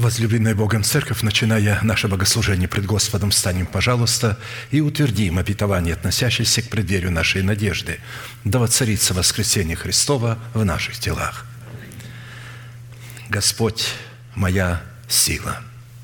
Возлюбленная Богом Церковь, начиная наше богослужение пред Господом, встанем, пожалуйста, и утвердим обетование, относящееся к преддверию нашей надежды, да воцарится воскресение Христова в наших телах. Господь – моя сила.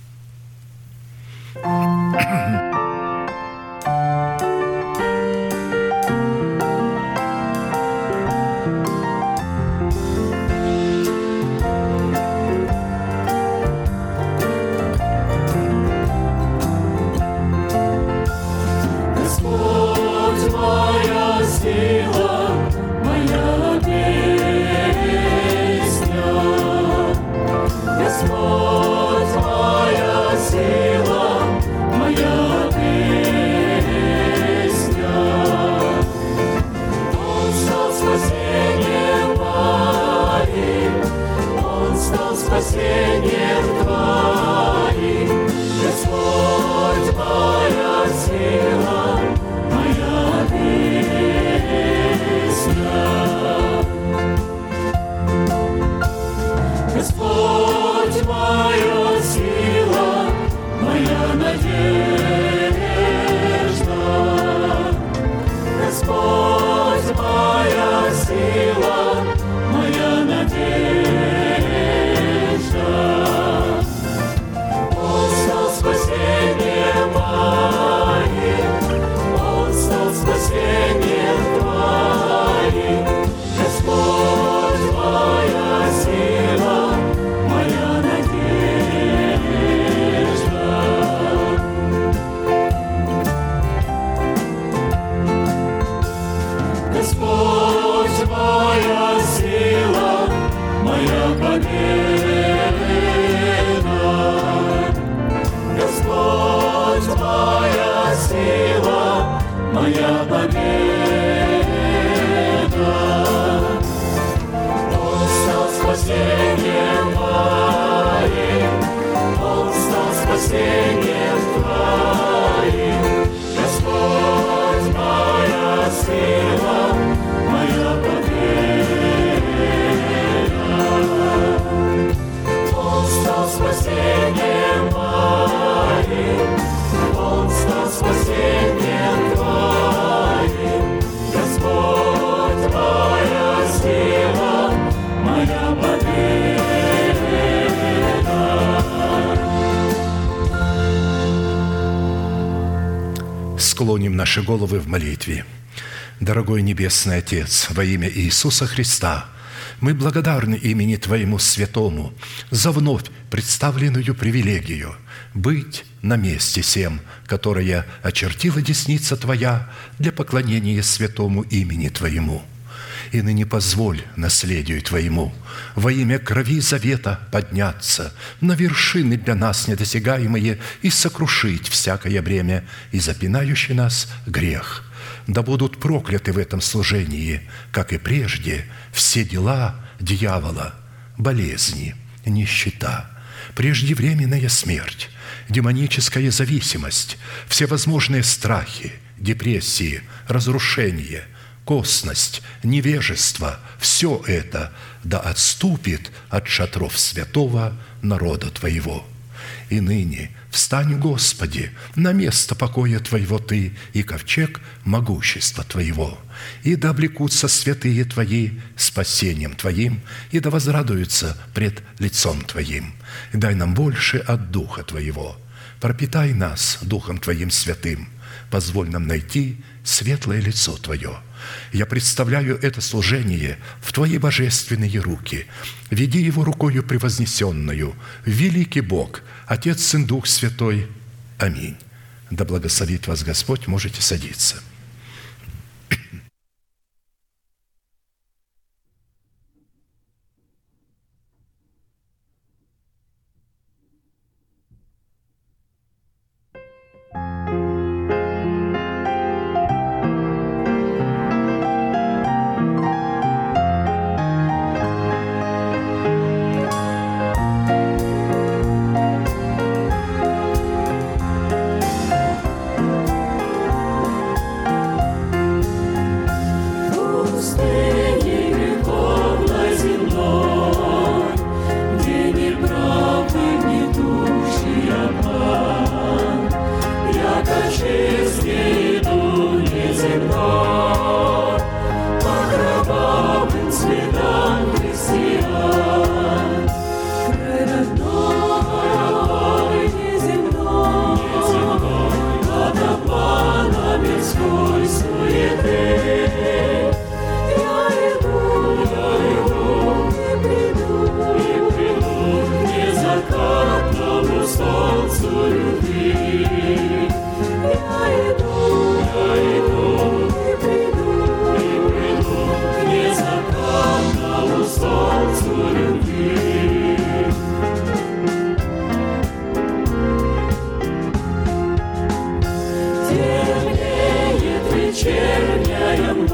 Склоним наши головы в молитве. Дорогой Небесный Отец, во имя Иисуса Христа, мы благодарны имени Твоему Святому за вновь представленную привилегию быть на месте сем, которое очертила десница Твоя для поклонения святому имени Твоему. И ныне позволь наследию Твоему во имя крови завета подняться на вершины для нас недосягаемые и сокрушить всякое бремя и запинающий нас грех. Да будут прокляты в этом служении, как и прежде, все дела дьявола, болезни, нищета, преждевременная смерть, демоническая зависимость, всевозможные страхи, депрессии, разрушения, косность, невежество – все это да отступит от шатров святого народа Твоего. И ныне встань, Господи, на место покоя Твоего Ты и ковчег могущества Твоего, и да облекутся святые Твои спасением Твоим, и да возрадуются пред лицом Твоим. И дай нам больше от Духа Твоего. Пропитай нас Духом Твоим святым, позволь нам найти светлое лицо Твое. Я представляю это служение в Твои божественные руки. Веди его рукою превознесенную, великий Бог, Отец, Сын, Дух Святой. Аминь. Да благословит вас Господь. Можете садиться.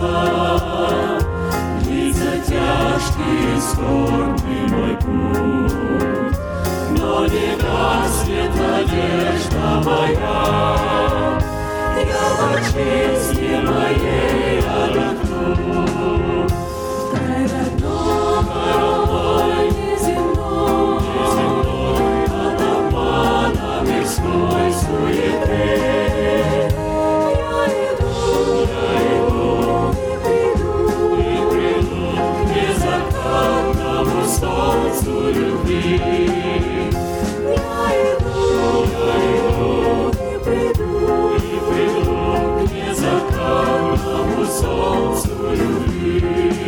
длится тяжкий и скорбный мой путь, но не гаснет надежда моя, я в отчизне моей отдохну. Край родной, неземной, от обмана мирской суеты. Я иду и приду к незакатному солнцу любви. Я иду и приду к незакатному солнцу любви.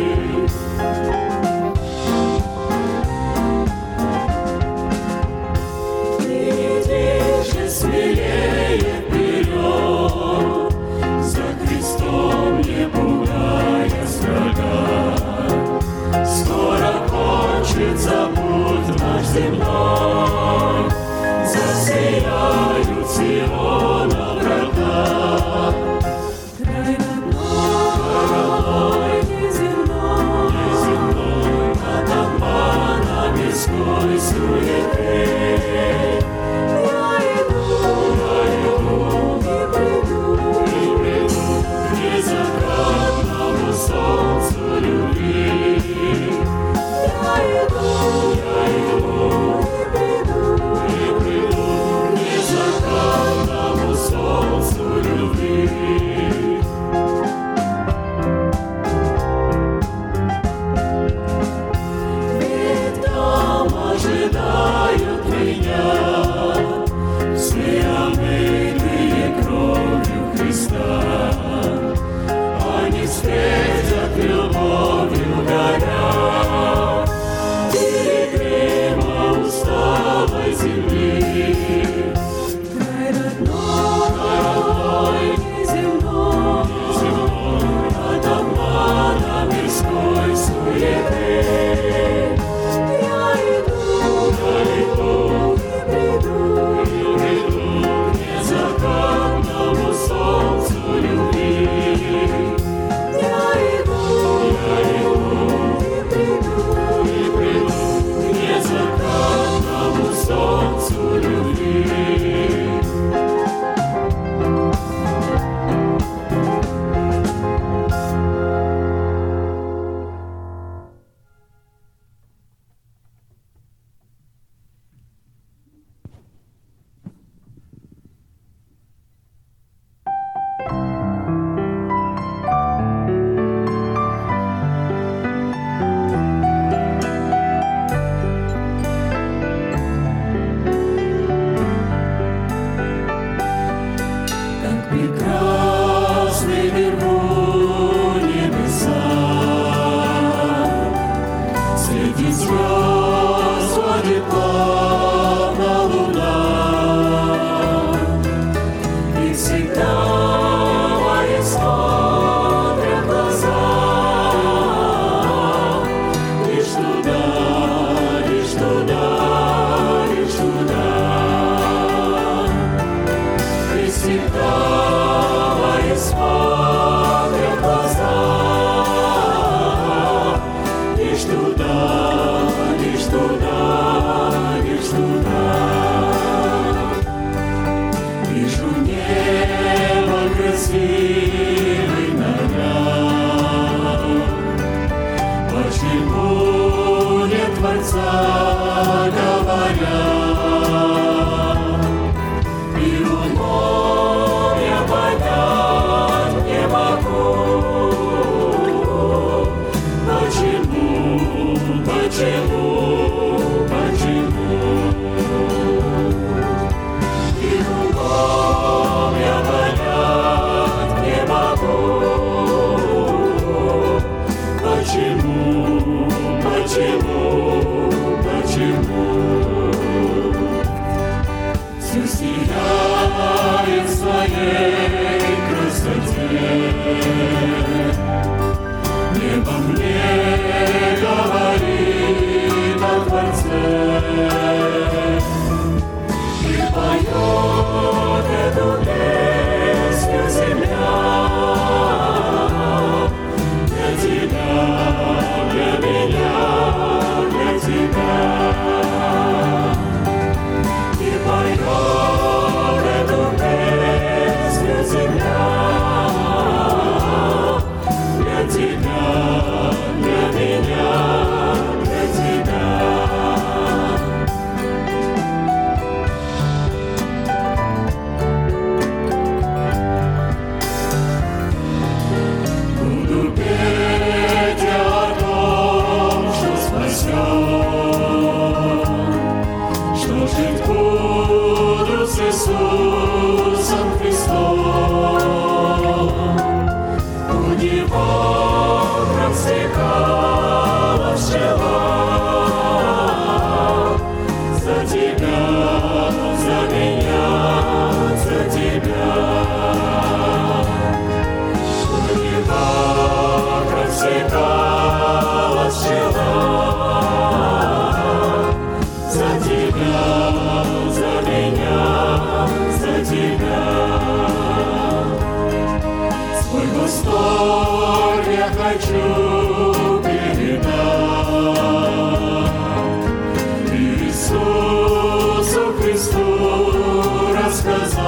Иди же смелее вперед, за Христом не пугаясь врага. Скоро кончится путь наш земной, засияют Сиона врата. Край родной, неземной, от обмана мирской суеты. Я иду и приду к незакатному солнцу любви. Я иду и приду к незакатному солнцу любви. Ведь там ожидают меня все омытые кровью Христа. Они встретят любовью горя пилигрима усталой земли. Край родной, неземной, от обмана мирской суеты. Я иду и приду к незакатному солнцу любви. Я иду и приду к незакатному солнцу любви. Как прекрасны вверху небеса, среди звезд ходит плавно луна, и всегда мои смотрят глаза лишь туда, лишь туда, лишь туда. И всегда мои смотрят глаза лишь туда, лишь туда, лишь туда. Вижу небо красивый наряд. Почему нет Творца, говорят? И умом я понять не могу, почему, почему, почему. И умом я понять не могу, почему, почему, почему. Все сияет в своей красоте. Небо мне говорит о Творце и поет эту песню земля. хочу передать Иисусу Христу рассказать,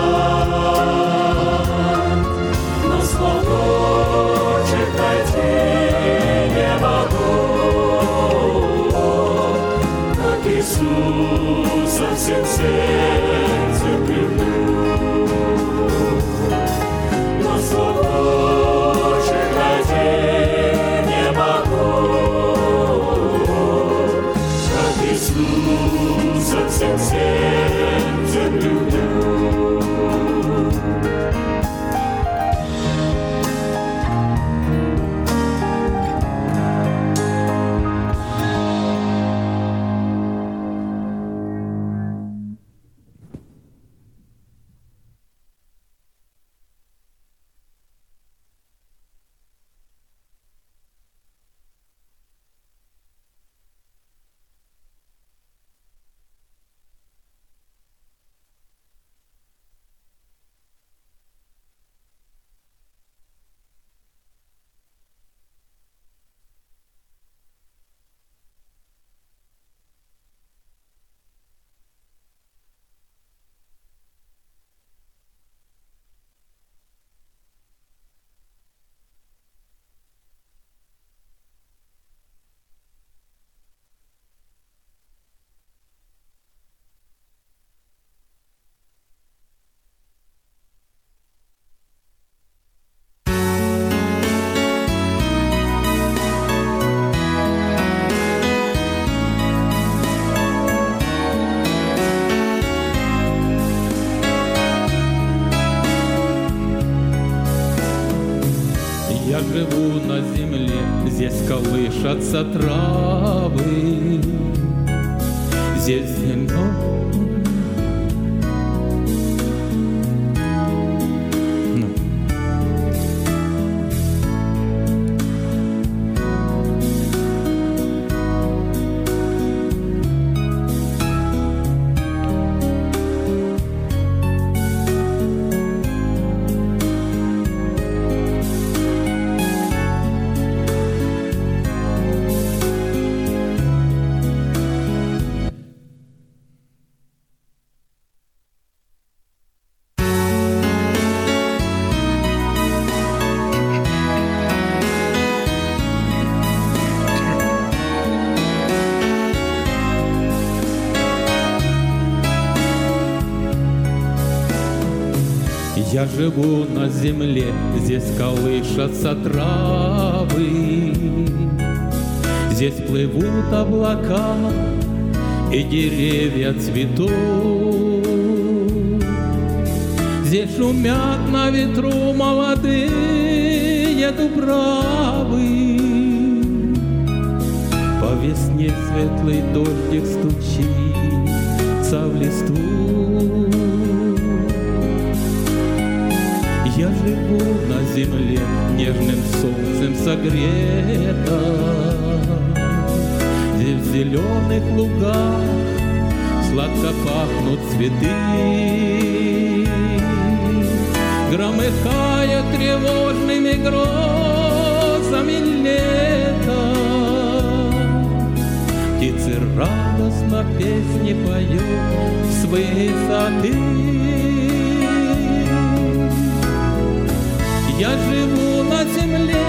но слов найти не могу, как Иисуса всем сердцем люблю. Но слов не могу, как Иисуса всем сердцем люблю. Я живу на земле, здесь колышатся травы, здесь зелено. Я живу на земле, здесь колышатся травы, здесь плывут облака и деревья цветут, здесь шумят на ветру молодые дубравы, по весне светлый дождик стучится в листву. Я живу на земле, нежным солнцем согрета, где в зеленых лугах сладко пахнут цветы, громыхая тревожными грозами лета. Птицы радостно песни поют с высоты. Я живу на земле,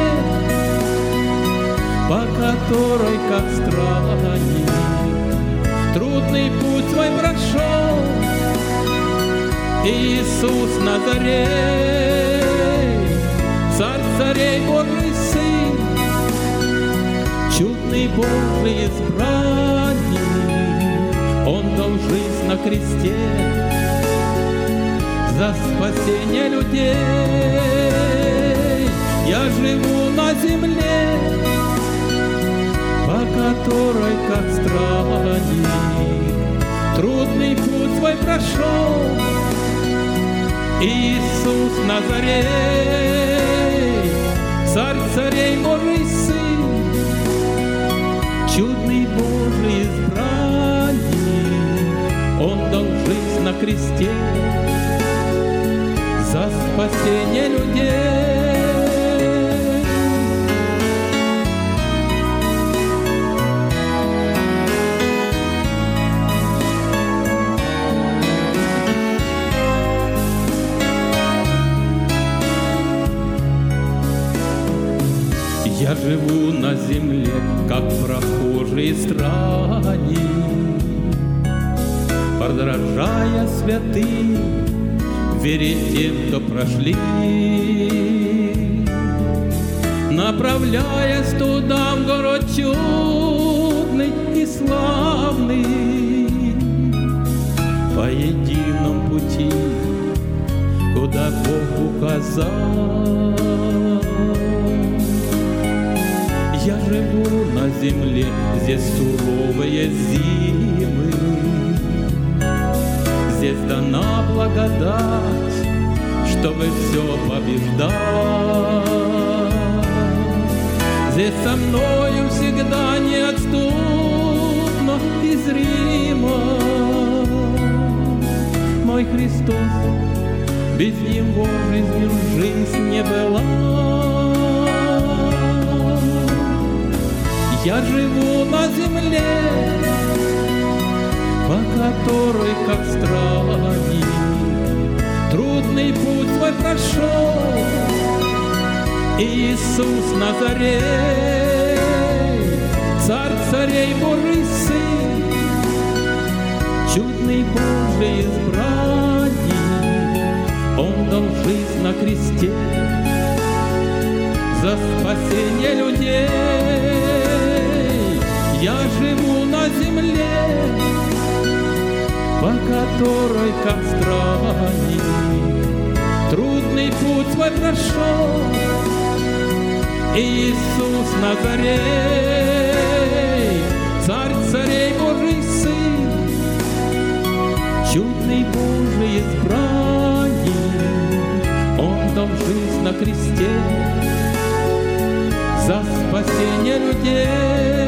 по которой, как странник, трудный путь свой прошел Иисус Назарей, Царь царей Божий Сын, чудный Божий избранник. Он дал жизнь на кресте за спасение людей. Я живу на земле, по которой, как странник, трудный путь свой прошел Иисус Назарей, Царь царей Божий Сын, чудный Божий избранник. Он дал жизнь на кресте за спасение людей. живу на земле, как прохожий странник, подражая святым, вере тем, кто прошли, направляясь туда, в город чудный и славный, по едином пути, куда Бог указал. Я живу на земле, здесь суровые зимы, здесь дана благодать, чтобы все побеждать. Здесь со мною всегда неотступно и зримо мой Христос, без Него жизнь не была. Я живу на земле, по которой, как странник, трудный путь свой прошел Иисус Назарей, Царь царей Божий Сын, чудный Божий избранник. Он дал жизнь на кресте за спасение людей. Я живу на земле, по которой, как странник, трудный путь свой прошел Иисус Назарей, Царь царей Божий Сын, чудный Божий избранник. Он дал жизнь на кресте за спасение людей.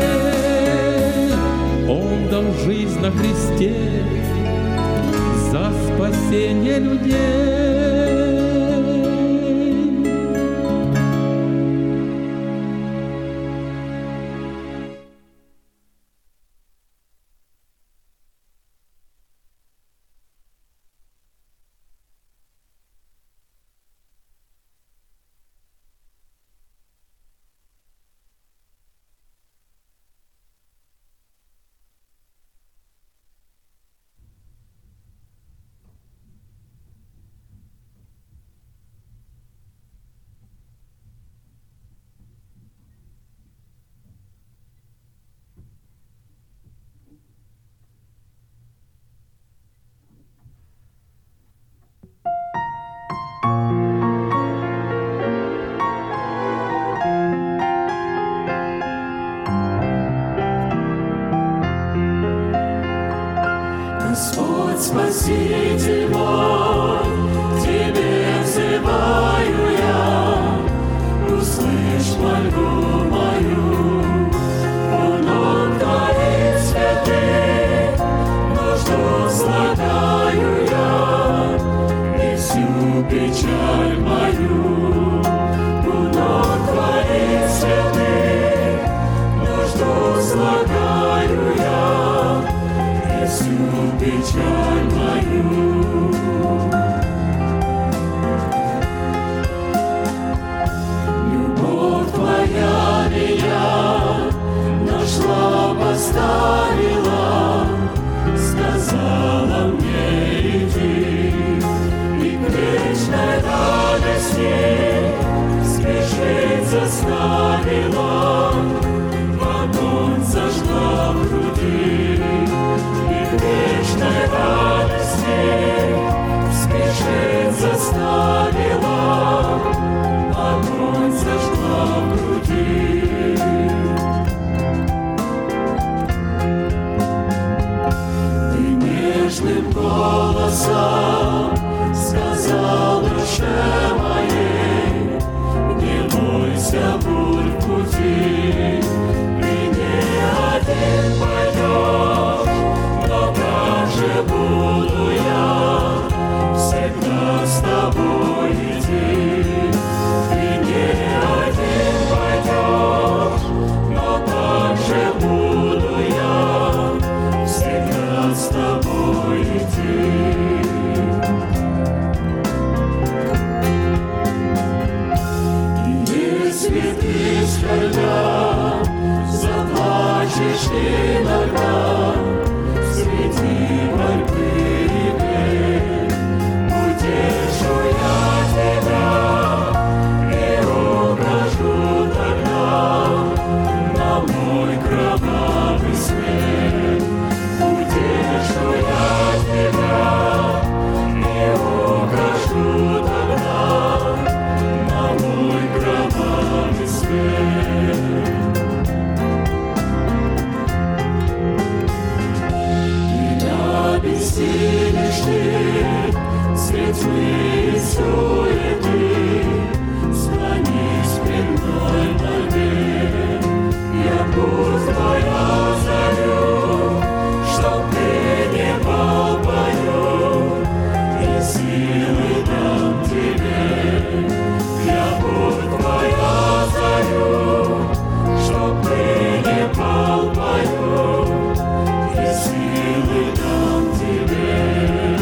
Он дал жизнь на кресте за спасение людей. Господь, Спаситель мой, Тебе взываю я, услышь мольбу мою, у ног Твоих святых нужду слагаю я, и всю печаль мою, у ног Твоих святых нужду слагаю я, всю печаль мою. Любовь Твоя меня нашла, поставила, сказала мне иди, и к вечной радости спешить заставила, огонь зажгла в груди. Вечной радости спешить заставила, огонь зажгла в груди. Ты нежным голосом сказал душе моей, не бойся бурь в пути, ты не один пойдешь, же буду я всегда с тобой идти. Ты не один пойдешь, но также буду я всегда с тобой идти. суеты, склонись пред мной навек. Я пусть твоя зову, чтоб ты не пал пою, и силы дам тебе. Я пусть твоя зову, чтоб ты не пал пою, и силы дам тебе.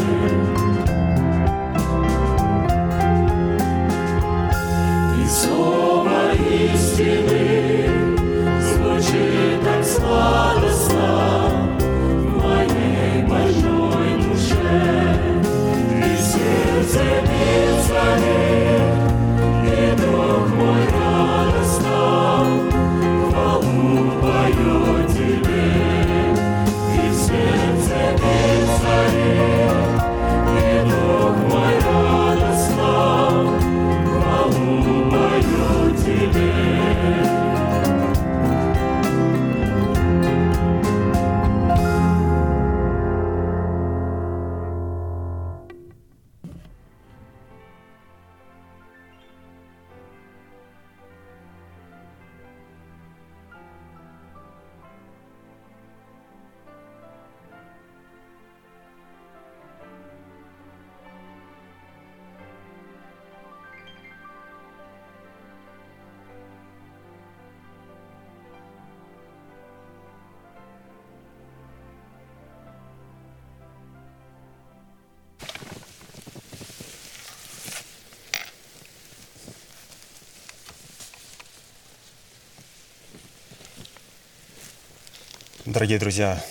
И слово истины звучит так сладостно в моей больной душе. И сердце бьется вверх, и дух мой радостно хвалу поет тебе. И сердце бьется вверх, и дух мой радостно хвалу поет тебе. Дорогие друзья,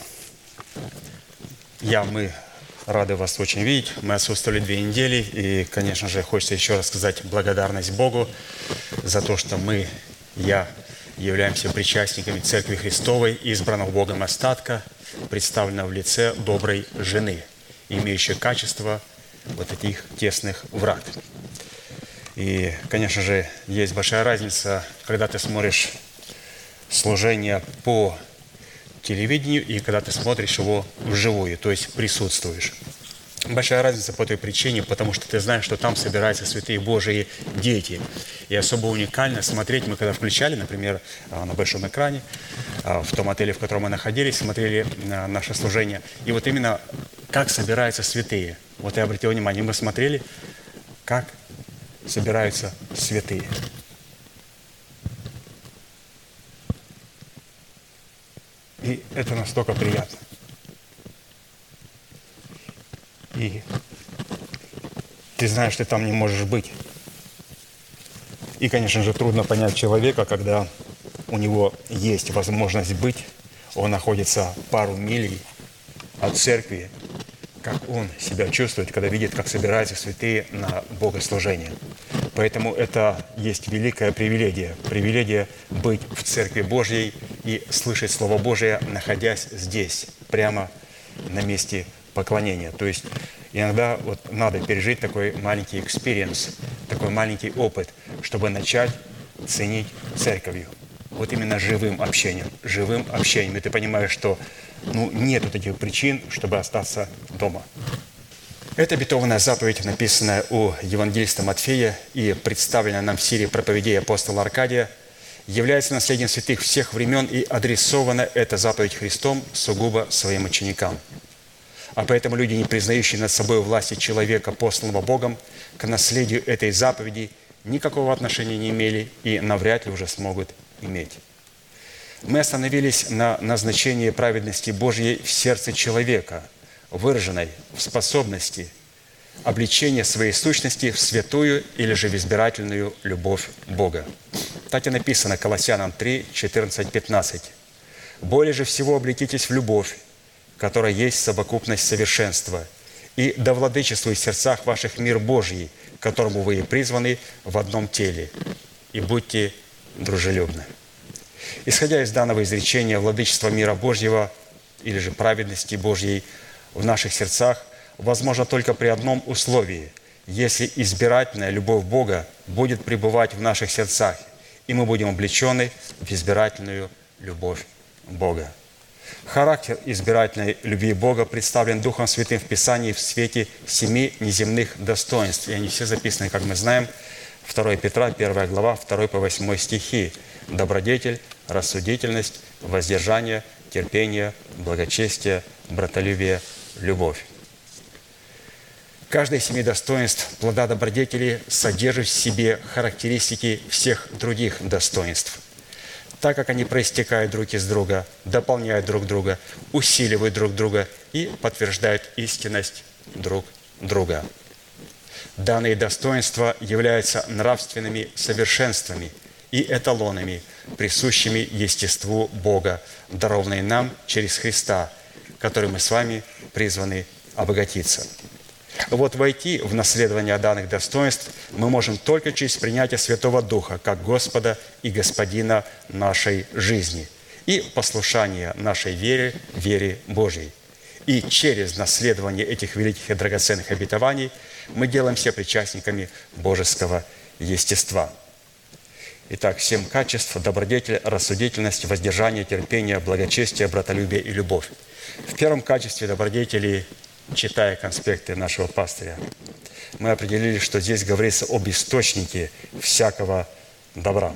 мы рады вас очень видеть. Мы отсутствовали 2 недели, и, конечно же, хочется еще раз сказать благодарность Богу за то, что я являемся причастниками Церкви Христовой, избранного Богом остатка, представленного в лице доброй жены, имеющей качество вот этих тесных врат. И, конечно же, есть большая разница, когда ты смотришь служение по телевидению и когда ты смотришь его вживую, то есть присутствуешь. Большая разница по той причине, потому что ты знаешь, что там собираются святые Божьи дети. И особо уникально смотреть, мы когда включали, например, на большом экране, в том отеле, в котором мы находились, смотрели наше служение, и вот именно как собираются святые. Вот я обратил внимание, мы смотрели, как собираются святые. И это настолько приятно. И ты знаешь, ты там не можешь быть. И, конечно же, трудно понять человека, когда у него есть возможность быть, он находится пару миль от церкви, как он себя чувствует, когда видит, как собираются святые на богослужение. Поэтому это есть великая привилегия быть в Церкви Божьей и слышать Слово Божие, находясь здесь, прямо на месте поклонения. То есть иногда вот надо пережить такой маленький экспириенс, такой маленький опыт, чтобы начать ценить церковью. Вот именно живым общением. И ты понимаешь, что нет вот этих причин, чтобы остаться дома. Это обетованная заповедь, написанная у евангелиста Матфея и представленная нам в серии проповедей апостола Аркадия, является наследием святых всех времен, и адресована эта заповедь Христом сугубо своим ученикам. А поэтому люди, не признающие над собой власти человека, посланного Богом, к наследию этой заповеди никакого отношения не имели и навряд ли уже смогут иметь. Мы остановились на назначении праведности Божьей в сердце человека, выраженной в способности обличения своей сущности в святую или же в избирательную любовь Бога. Так и написано Колоссянам 3, 14, 15. «Более же всего облетитесь в любовь, которая есть совокупность совершенства, и да владычествует в сердцах ваших мир Божий, к которому вы и призваны в одном теле, и будьте дружелюбны». Исходя из данного изречения, владычество мира Божьего или же праведности Божьей в наших сердцах возможно только при одном условии, если избирательная любовь Бога будет пребывать в наших сердцах, и мы будем облечены в избирательную любовь Бога. Характер избирательной любви Бога представлен Духом Святым в Писании в свете 7 неземных достоинств. И они все записаны, как мы знаем, 2 Петра, 1 глава, 2 по 8 стихи. Добродетель, рассудительность, воздержание, терпение, благочестие, братолюбие, любовь. Каждое из 7 достоинств плода добродетели содержит в себе характеристики всех других достоинств, так как они проистекают друг из друга, дополняют друг друга, усиливают друг друга и подтверждают истинность друг друга. Данные достоинства являются нравственными совершенствами и эталонами, присущими естеству Бога, дарованные нам через Христа, который мы с вами призваны обогатиться. Вот войти в наследование данных достоинств мы можем только через принятие Святого Духа как Господа и Господина нашей жизни и послушание нашей вере Божьей. И через наследование этих великих и драгоценных обетований мы делаемся причастниками божеского естества. Итак, 7 качеств: добродетель, рассудительность, воздержание, терпение, благочестие, братолюбие и любовь. В первом качестве добродетели, читая конспекты нашего пастыря, мы определили, что здесь говорится об источнике всякого добра.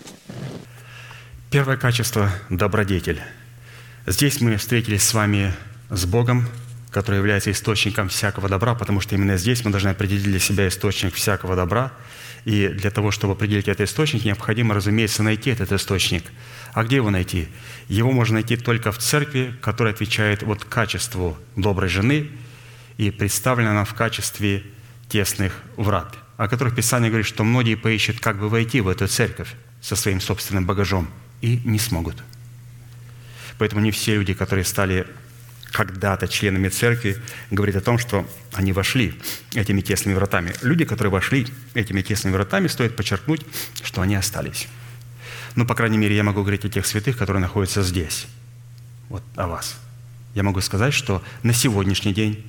Первое качество – добродетель. Здесь мы встретились с вами с Богом, который является источником всякого добра, потому что именно здесь мы должны определить для себя источник всякого добра. И для того, чтобы определить этот источник, необходимо, разумеется, найти этот источник. А где его найти? Его можно найти только в церкви, которая отвечает вот качеству доброй жены и представлена она в качестве тесных врат, о которых Писание говорит, что многие поищут, как бы войти в эту церковь со своим собственным багажом, и не смогут. Поэтому не все люди, которые стали когда-то членами церкви, говорят о том, что они вошли этими тесными вратами. Люди, которые вошли этими тесными вратами, стоит подчеркнуть, что они остались. Ну, по крайней мере, я могу говорить о тех святых, которые находятся здесь. Вот о вас. Я могу сказать, что на сегодняшний день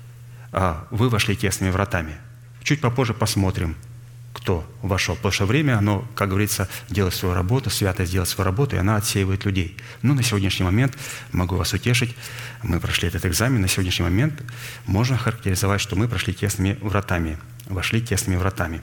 вы вошли тесными вратами. Чуть попозже посмотрим, кто вошел. Потому что время, оно, как говорится, делает свою работу, святость делает свою работу, и она отсеивает людей. Но на сегодняшний момент, могу вас утешить, мы прошли этот экзамен, на сегодняшний момент можно характеризовать, что мы прошли тесными вратами, вошли тесными вратами.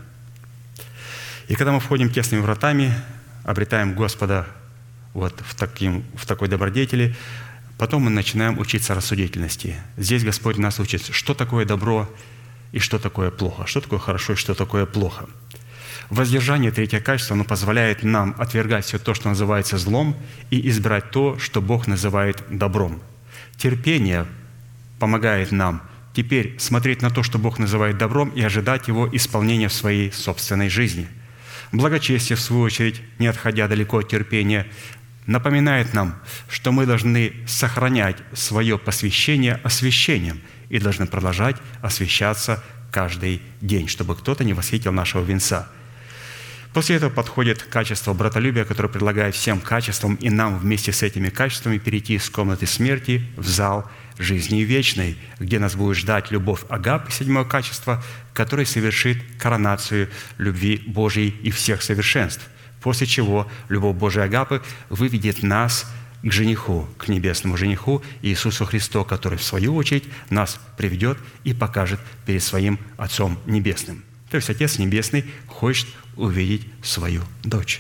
И когда мы входим тесными вратами, обретаем Господа вот в такой добродетели, потом мы начинаем учиться рассудительности. Здесь Господь нас учит, что такое добро и что такое плохо, что такое хорошо и что такое плохо. Воздержание, третье качество, оно позволяет нам отвергать все то, что называется злом, и избирать то, что Бог называет добром. Терпение помогает нам теперь смотреть на то, что Бог называет добром, и ожидать его исполнения в своей собственной жизни. Благочестие, в свою очередь, не отходя далеко от терпения, напоминает нам, что мы должны сохранять свое посвящение освящением и должны продолжать освящаться каждый день, чтобы кто-то не восхитил нашего венца. После этого подходит качество братолюбия, которое предлагает всем качествам и нам вместе с этими качествами перейти из комнаты смерти в зал жизни вечной, где нас будет ждать любовь Агапы, 7 качество, которое совершит коронацию любви Божьей и всех совершенств, после чего любовь Божия Агапы выведет нас к жениху, к небесному жениху Иисусу Христу, который, в свою очередь, нас приведет и покажет перед своим Отцом Небесным. То есть Отец Небесный хочет увидеть свою дочь.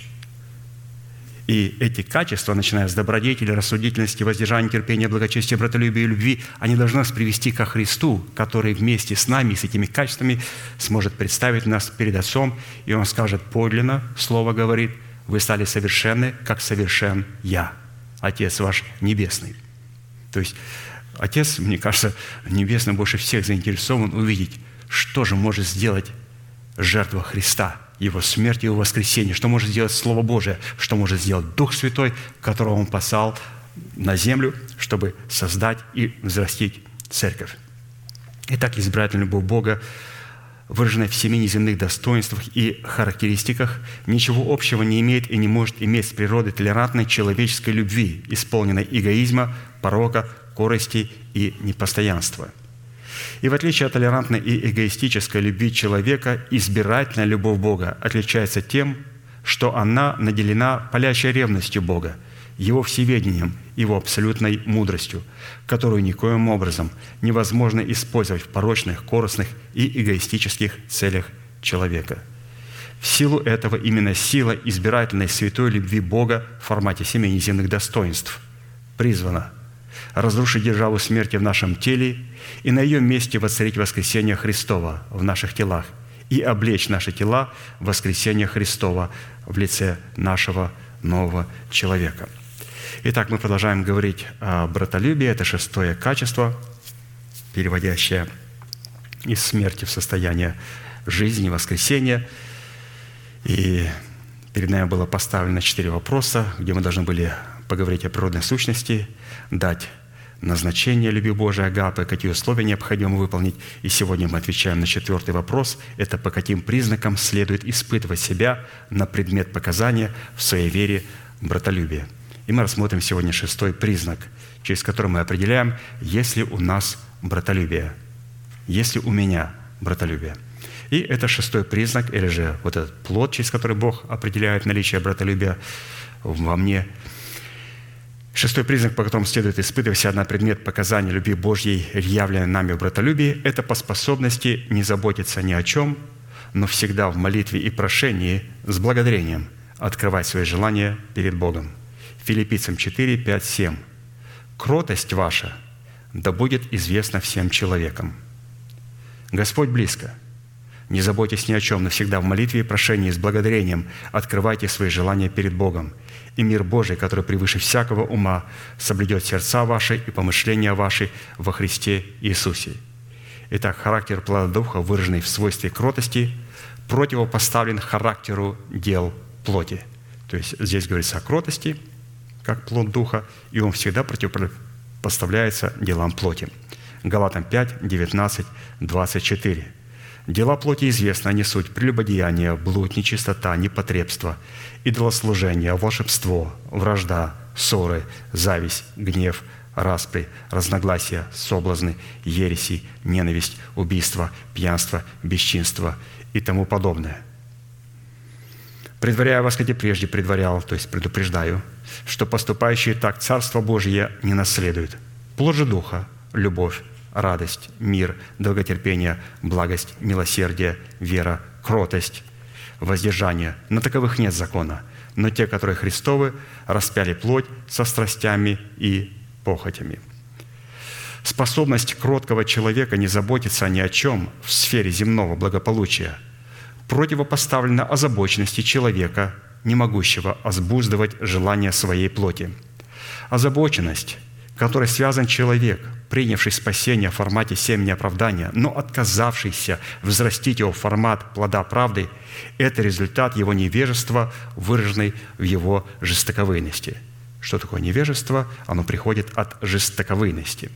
И эти качества, начиная с добродетели, рассудительности, воздержания, терпения, благочестия, братолюбия и любви, они должны нас привести ко Христу, который вместе с нами, с этими качествами, сможет представить нас перед Отцом, и Он скажет подлинно, Слово говорит, «Вы стали совершенны, как совершен Я, Отец ваш Небесный». То есть Отец, мне кажется, Небесный больше всех заинтересован увидеть, что же может сделать жертва Христа, Его смерть и Его воскресение, что может сделать Слово Божие, что может сделать Дух Святой, которого Он послал на землю, чтобы создать и взрастить церковь. Итак, избирательная любовь Бога, выраженная в 7 неземных достоинствах и характеристиках, ничего общего не имеет и не может иметь с природой толерантной человеческой любви, исполненной эгоизма, порока, корысти и непостоянства. И в отличие от толерантной и эгоистической любви человека, избирательная любовь Бога отличается тем, что она наделена палящей ревностью Бога Его всеведением, Его абсолютной мудростью, которую никоим образом невозможно использовать в порочных, корыстных и эгоистических целях человека. В силу этого именно сила избирательной святой любви Бога в формате 7 неземных достоинств призвана разрушить державу смерти в нашем теле и на ее месте воцарить воскресение Христова в наших телах и облечь наши тела в воскресение Христова в лице нашего нового человека. Итак, мы продолжаем говорить о братолюбии. Это 6-е качество, переводящее из смерти в состояние жизни, воскресения. И перед нами было поставлено 4 вопроса, где мы должны были поговорить о природной сущности, дать назначение любви Божией агапы, какие условия необходимо выполнить. И сегодня мы отвечаем на 4-й вопрос. Это по каким признакам следует испытывать себя на предмет показания в своей вере братолюбия. И мы рассмотрим сегодня 6-й признак, через который мы определяем, есть ли у нас братолюбие, есть ли у меня братолюбие. И это 6-й признак, или же вот этот плод, через который Бог определяет наличие братолюбия во мне. 6-й признак, по которому следует испытывать себя на предмет показания любви Божьей, явленной нами в братолюбии, это по способности не заботиться ни о чем, но всегда в молитве и прошении с благодарением открывать свои желания перед Богом. Филиппийцам 4, 5, 7. «Кротость ваша да будет известна всем человекам». Господь близко. Не заботьтесь ни о чем, но всегда в молитве и прошении с благодарением открывайте свои желания перед Богом. И мир Божий, который превыше всякого ума, соблюдет сердца ваши и помышления ваши во Христе Иисусе. Итак, характер плода Духа, выраженный в свойстве кротости, противопоставлен характеру дел плоти. То есть здесь говорится о кротости, как плод Духа, и он всегда противопоставляется делам плоти. Галатам 5, 19, 24. «Дела плоти известны, они суть прелюбодеяние, блуд, нечистота, непотребство, идолослужение, волшебство, вражда, ссоры, зависть, гнев, распри, разногласия, соблазны, ереси, ненависть, убийство, пьянство, бесчинство и тому подобное. Предваряю вас, как и прежде предварял, то есть предупреждаю, что поступающие так Царство Божие не наследуют. Плод же Духа – любовь, радость, мир, долготерпение, благость, милосердие, вера, кротость, воздержание. На таковых нет закона, но те, которые Христовы, распяли плоть со страстями и похотями». Способность кроткого человека не заботиться ни о чем в сфере земного благополучия противопоставлена озабоченности человека, не могущего обуздывать желания своей плоти. Озабоченность, которой связан человек, принявший спасение в формате семени оправдания, но отказавшийся взрастить его в формат плода правды, это результат его невежества, выраженный в его жестоковыйности. Что такое невежество? Оно приходит от жестоковыйности.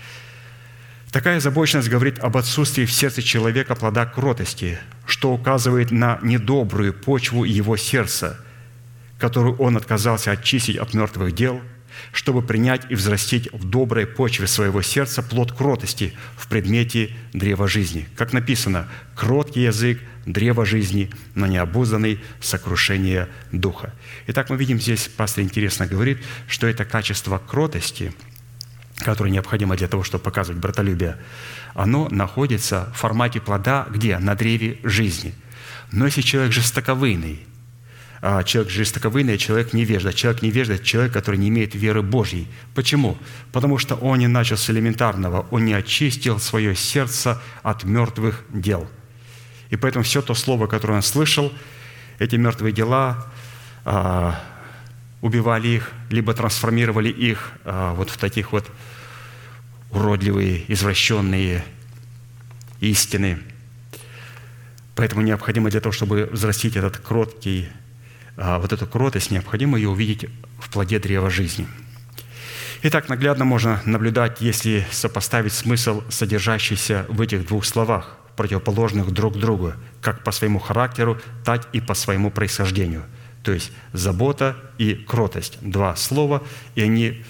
Такая озабоченность говорит об отсутствии в сердце человека плода кротости, что указывает на недобрую почву его сердца, которую он отказался очистить от мертвых дел, чтобы принять и взрастить в доброй почве своего сердца плод кротости в предмете древа жизни. Как написано, «Кроткий язык – древо жизни, но необузданный – сокрушение духа». Итак, мы видим здесь, пастор интересно говорит, что это качество кротости, которое необходимо для того, чтобы показывать братолюбие, оно находится в формате плода где? На древе жизни. Но если человек жестоковыйный, человек невежда. Человек невежда – это человек, который не имеет веры Божьей. Почему? Потому что он не начал с элементарного, он не очистил свое сердце от мертвых дел. И поэтому все то слово, которое он слышал, эти мертвые дела убивали их, либо трансформировали их вот в таких вот уродливые, извращенные истины. Поэтому необходимо для того, чтобы взрастить этот кроткий, вот эту кротость, необходимо ее увидеть в плоде древа жизни. Итак, наглядно можно наблюдать, если сопоставить смысл, содержащийся в этих двух словах, противоположных друг другу, как по своему характеру, так и по своему происхождению. То есть забота и кротость. Два слова, и они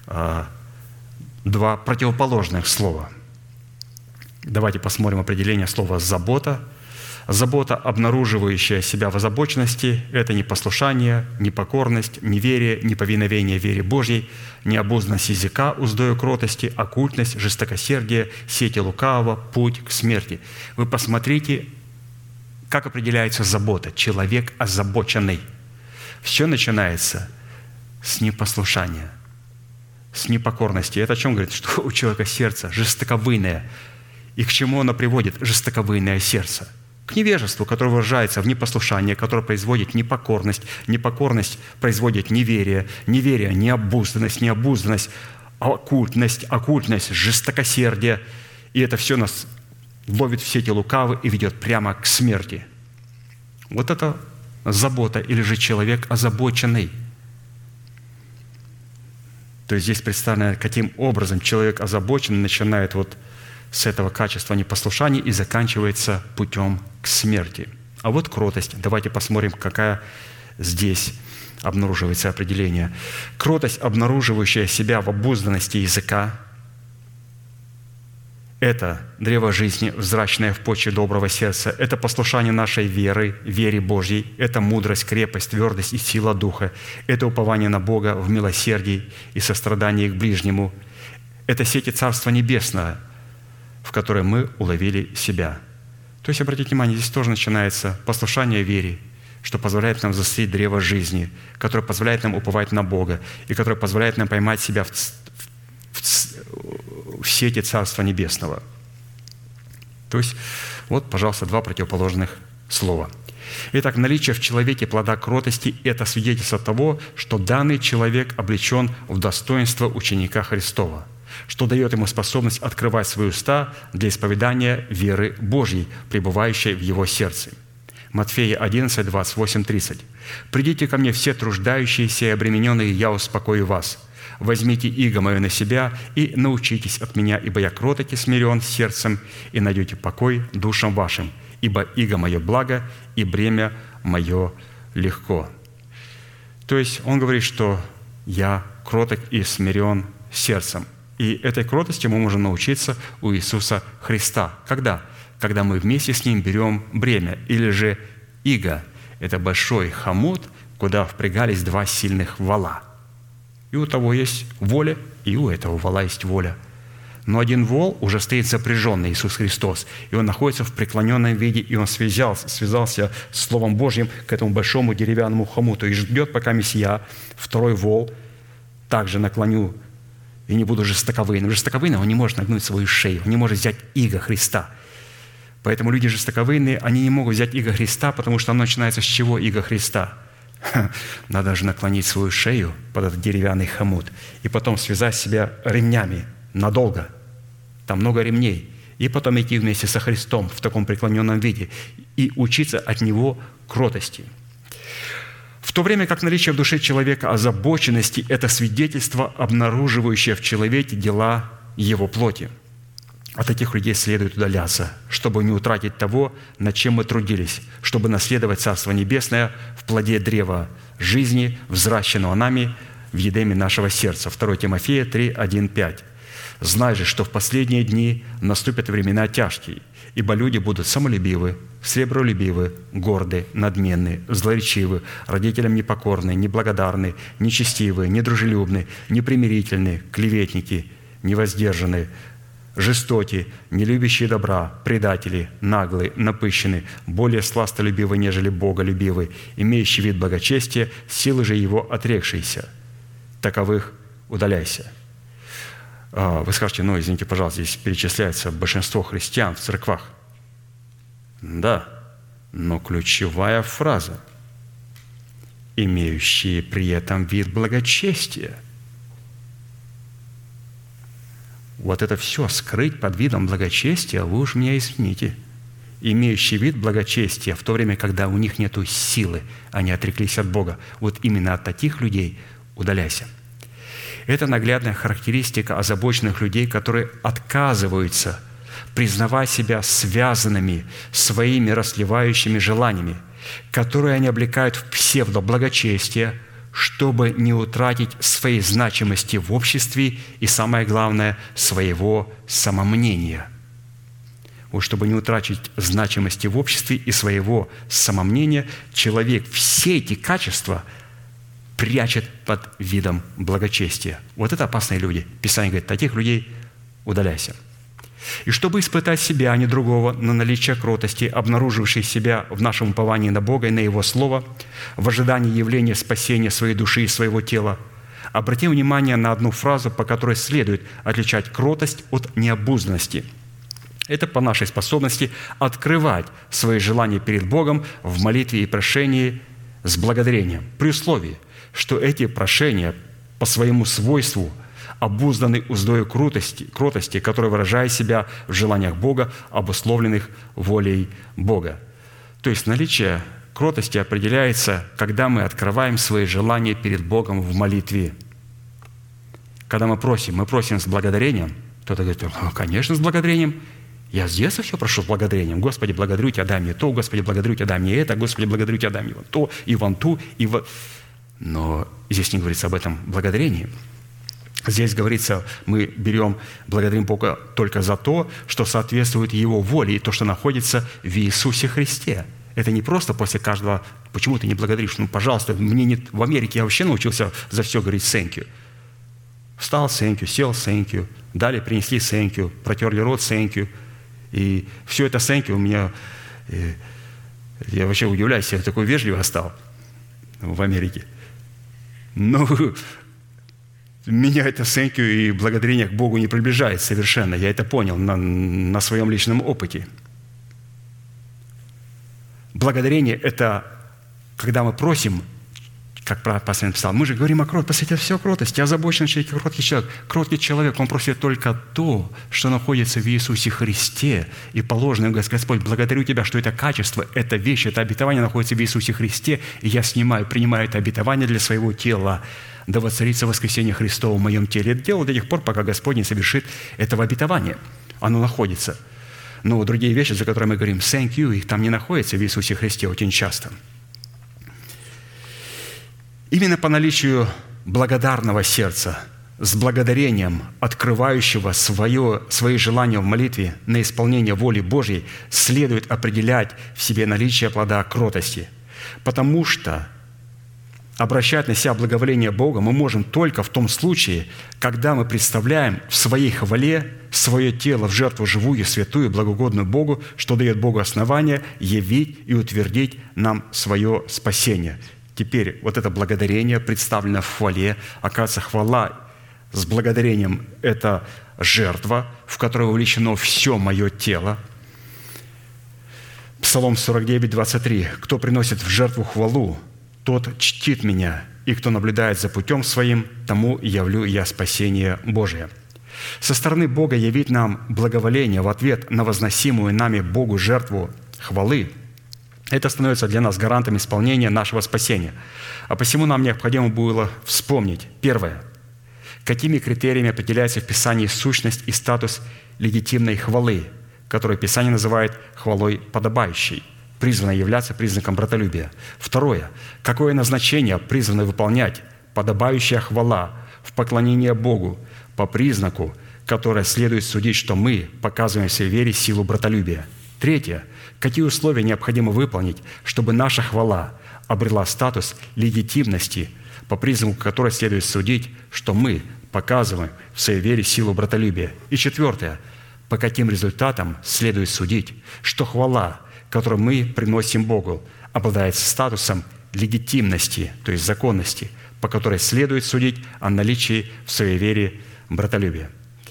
два противоположных слова. Давайте посмотрим определение слова «забота». Забота, обнаруживающая себя в озабоченности, – это непослушание, непокорность, неверие, неповиновение вере Божьей, необузданность языка, уздою кротости, оккультность, жестокосердие, сети лукавого, путь к смерти. Вы посмотрите, как определяется забота. Человек озабоченный. Все начинается с непослушания, с непокорности. Это о чем говорит? Что у человека сердце жестоковыйное. И к чему оно приводит? Жестоковыйное сердце. К невежеству, которое выражается в непослушании, которое производит непокорность. Непокорность производит неверие. Неверие – необузданность. Необузданность – оккультность, жестокосердие. И это все нас ловит в сети лукавы и ведет прямо к смерти. Вот это забота или же человек озабоченный. То есть здесь представлено, каким образом человек озабоченный начинает вот с этого качества непослушания и заканчивается путем к смерти. А вот кротость. Давайте посмотрим, какая здесь обнаруживается определение. Кротость, обнаруживающая себя в обузданности языка, это древо жизни, взращенное в почве доброго сердца. Это послушание нашей веры, вере Божьей. Это мудрость, крепость, твердость и сила Духа. Это упование на Бога в милосердии и сострадании к ближнему. Это сети Царства Небесного, в которой мы уловили себя. То есть, обратите внимание, здесь тоже начинается послушание вере, что позволяет нам засеять древо жизни, которое позволяет нам уповать на Бога и которое позволяет нам поймать себя в сети Царства Небесного. То есть, вот, пожалуйста, два противоположных слова. Итак, наличие в человеке плода кротости – это свидетельство того, что данный человек облечен в достоинство ученика Христова, что дает ему способность открывать свои уста для исповедания веры Божьей, пребывающей в его сердце. Матфея 11, 28, 30. «Придите ко мне все труждающиеся и обремененные, я успокою вас. Возьмите иго мое на себя и научитесь от меня, ибо я кроток и смирен сердцем, и найдете покой душам вашим, ибо иго мое благо, и бремя мое легко». То есть он говорит, что я кроток и смирен сердцем. И этой кротости мы можем научиться у Иисуса Христа. Когда? Когда мы вместе с Ним берем бремя, или же иго. Это большой хомут, куда впрягались два сильных вола. И у того есть воля, и у этого вола есть воля. Но один вол уже стоит запряженный, Иисус Христос, и он находится в преклоненном виде, и он связался с Словом Божьим к этому большому деревянному хомуту и ждет, пока Мессия, второй вол, также наклоню и не буду жестоковыйным. Жестоковыйный, он не может нагнуть свою шею, он не может взять иго Христа. Поэтому люди жестоковыйные, они не могут взять иго Христа, потому что оно начинается с чего иго Христа? Надо же наклонить свою шею под этот деревянный хомут и потом связать себя ремнями надолго. Там много ремней. И потом идти вместе со Христом в таком преклоненном виде и учиться от Него кротости. В то время как наличие в душе человека озабоченности – это свидетельство, обнаруживающее в человеке дела его плоти. От таких людей следует удаляться, чтобы не утратить того, над чем мы трудились, чтобы наследовать Царство Небесное в плоде древа жизни, взращенного нами в едеме нашего сердца. 2 Тимофея 3, 1, 5. «Знай же, что в последние дни наступят времена тяжкие, ибо люди будут самолюбивы, сребролюбивы, горды, надменны, злоречивы, родителям непокорны, неблагодарны, нечестивы, недружелюбны, непримирительны, клеветники, невоздержаны, жестоки, нелюбящие добра, предатели, наглые, напыщенные, более сластолюбивы, нежели боголюбивы, имеющие вид благочестия, силы же его отрекшиеся. Таковых удаляйся». Вы скажете, извините, пожалуйста, здесь перечисляется большинство христиан в церквах. Да, но ключевая фраза – имеющие при этом вид благочестия. Вот это все скрыть под видом благочестия, вы уж меня извините. Имеющий вид благочестия в то время, когда у них нет силы, они отреклись от Бога. Вот именно от таких людей удаляйся. Это наглядная характеристика озабоченных людей, которые отказываются признавать себя связанными своими расливающими желаниями, которые они облекают в псевдоблагочестие, чтобы не утратить своей значимости в обществе и, самое главное, своего самомнения. вот чтобы не утрачивать значимости в обществе и своего самомнения, человек все эти качества прячет под видом благочестия. Вот это опасные люди. Писание говорит, таких людей удаляйся. И чтобы испытать себя, а не другого, на наличие кротости, обнаружившей себя в нашем уповании на Бога и на Его Слово, в ожидании явления спасения своей души и своего тела, обратим внимание на одну фразу, по которой следует отличать кротость от необузданности. Это по нашей способности открывать свои желания перед Богом в молитве и прошении с благодарением, при условии, что эти прошения по своему свойству обузданы уздою кротости, которая выражает себя в желаниях Бога, обусловленных волей Бога. То есть наличие кротости определяется, когда мы открываем свои желания перед Богом в молитве. Когда мы просим с благодарением. Кто-то говорит, конечно, с благодарением. Я с детства все прошу с благодарением. Господи, благодарю Тебя, дай мне то. Господи, благодарю Тебя, дай мне это. Господи, благодарю Тебя, дай мне вон то, и вон ту, и вот. Но здесь не говорится об этом благодарении. Здесь говорится, мы благодарим Бога только за то, что соответствует Его воле и то, что находится в Иисусе Христе. Это не просто после каждого, почему ты не благодаришь? Пожалуйста, мне нет, в Америке я вообще научился за все говорить «thank you». Встал «thank you», сел «thank you», дали, принесли «thank you», протерли рот «thank you». И все это «thank you» у меня, я вообще удивляюсь, я такой вежливый стал в Америке. Но меня это «thank you» и благодарение к Богу не приближает совершенно. Я это понял на своем личном опыте. Благодарение – это когда мы просим, как пастор написал, мы же говорим о кротости, это все кротость. Я озабочен человек, кроткий человек. Кроткий человек, он просит только то, что находится в Иисусе Христе. И положено ему, Господь, благодарю Тебя, что это качество, эта вещь, это обетование находится в Иисусе Христе, и я принимаю это обетование для своего тела. Да воцарится воскресение Христово в моем теле. Это дело до тех пор, пока Господь не совершит этого обетования. Оно находится. Но другие вещи, за которые мы говорим «thank you», их там не находится в Иисусе Христе очень часто. Именно по наличию благодарного сердца, с благодарением, открывающего свои желания в молитве на исполнение воли Божьей, следует определять в себе наличие плода кротости. Потому что обращать на себя благоволение Бога мы можем только в том случае, когда мы представляем в своей хвале свое тело в жертву живую, святую, благогодную Богу, что дает Богу основание явить и утвердить нам свое спасение. Теперь вот это благодарение представлено в хвале. Оказывается, хвала с благодарением – это жертва, в которой увлечено все мое тело. Псалом 49, 23. «Кто приносит в жертву хвалу, тот чтит меня, и кто наблюдает за путем своим, тому явлю я спасение Божие». Со стороны Бога явить нам благоволение в ответ на возносимую нами Богу жертву хвалы – это становится для нас гарантом исполнения нашего спасения. А посему нам необходимо было вспомнить. Первое. Какими критериями определяется в Писании сущность и статус легитимной хвалы, которую Писание называет хвалой подобающей, призванной являться признаком братолюбия. Второе. Какое назначение призвано выполнять подобающая хвала в поклонение Богу по признаку, которое следует судить, что мы показываем в своей вере силу братолюбия. Третье. Какие условия необходимо выполнить, чтобы наша хвала обрела статус легитимности, по признаку которой следует судить, что мы показываем в своей вере силу братолюбия. И четвертое. По каким результатам следует судить, что хвала, которую мы приносим Богу, обладает статусом легитимности, то есть законности, по которой следует судить о наличии в своей вере братолюбия.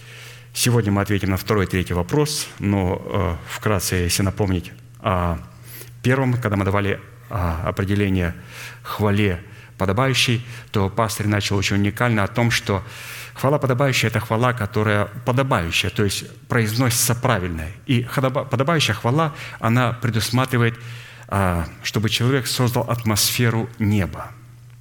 Сегодня мы ответим на второй и третий вопрос, но вкратце, если напомнить о первом, когда мы давали определение хвале подобающей, то пастор начал очень уникально о том, что хвала подобающая – это хвала, которая подобающая, то есть произносится правильно. И подобающая хвала, она предусматривает, чтобы человек создал атмосферу неба.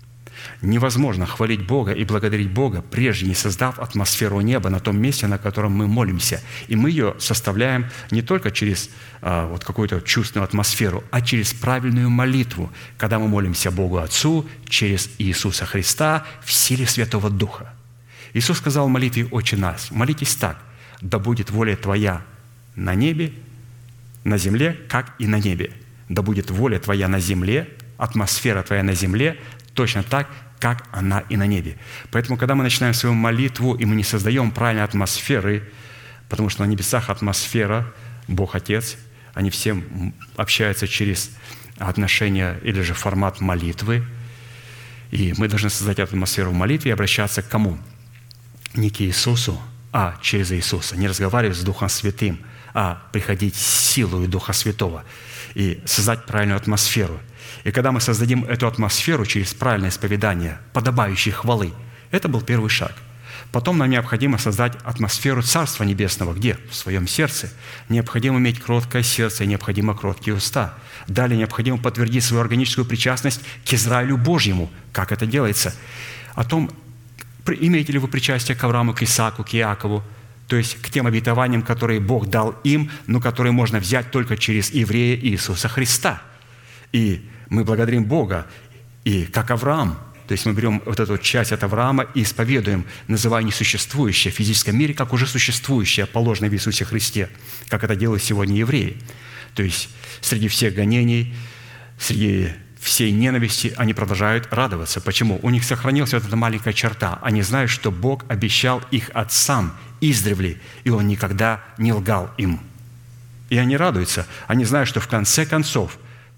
Невозможно хвалить Бога и благодарить Бога, прежде не создав атмосферу неба на том месте, на котором мы молимся. И мы ее составляем не только через вот какую-то чувственную атмосферу, а через правильную молитву, когда мы молимся Богу Отцу через Иисуса Христа в силе Святого Духа. Иисус сказал в молитве «Отче наш», молитесь так: «Да будет воля Твоя на небе, на земле, как и на небе. Да будет воля Твоя на земле, атмосфера Твоя на земле, точно так, как она и на небе». Поэтому, когда мы начинаем свою молитву, и мы не создаем правильной атмосферы, потому что на небесах атмосфера, Бог Отец, они все общаются через отношения или же формат молитвы, и мы должны создать атмосферу в молитве и обращаться к кому? Не к Иисусу, а через Иисуса. Не разговаривать с Духом Святым, а приходить с силой Духа Святого и создать правильную атмосферу. И когда мы создадим эту атмосферу через правильное исповедание, подобающей хвалы, это был первый шаг. Потом нам необходимо создать атмосферу Царства Небесного. Где? В своем сердце. Необходимо иметь кроткое сердце, необходимо кроткие уста. Далее необходимо подтвердить свою органическую причастность к Израилю Божьему. Как это делается? О том, имеете ли вы причастие к Аврааму, к Исааку, к Иакову, то есть к тем обетованиям, которые Бог дал им, но которые можно взять только через еврея Иисуса Христа. И мы благодарим Бога, и как Авраам, то есть мы берем вот эту часть от Авраама и исповедуем, называя несуществующее в физическом мире, как уже существующее, положенное в Иисусе Христе, как это делают сегодня евреи. То есть среди всех гонений, среди всей ненависти они продолжают радоваться. Почему? У них сохранилась вот эта маленькая черта. Они знают, что Бог обещал их отцам издревле, и Он никогда не лгал им. И они радуются. Они знают, что в конце концов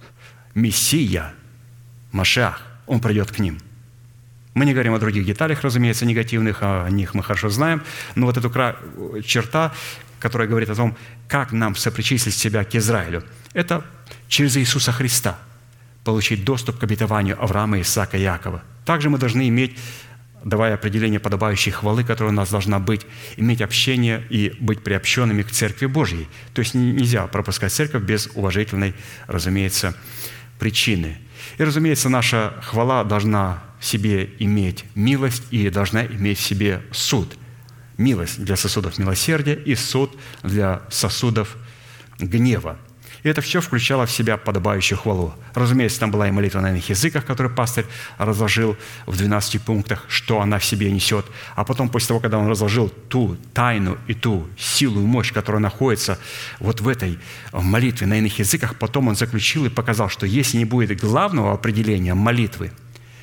Мессия, Машиах, Он придет к ним. Мы не говорим о других деталях, разумеется, негативных, о них мы хорошо знаем, но вот эта черта, которая говорит о том, как нам сопричислить себя к Израилю, это через Иисуса Христа получить доступ к обетованию Авраама, Исаака и Иакова. Также мы должны иметь, давая определение подобающей хвалы, которая у нас должна быть, иметь общение и быть приобщенными к Церкви Божьей. То есть нельзя пропускать церковь без уважительной, разумеется, причины. И, разумеется, наша хвала должна в себе иметь милость и должна иметь в себе суд. Милость для сосудов милосердия и суд для сосудов гнева. И это все включало в себя подобающую хвалу. Разумеется, там была и молитва на иных языках, которую пастырь разложил в 12 пунктах, что она в себе несет. А потом, после того, когда он разложил ту тайну и ту силу и мощь, которая находится вот в этой молитве на иных языках, потом он заключил и показал, что если не будет главного определения молитвы,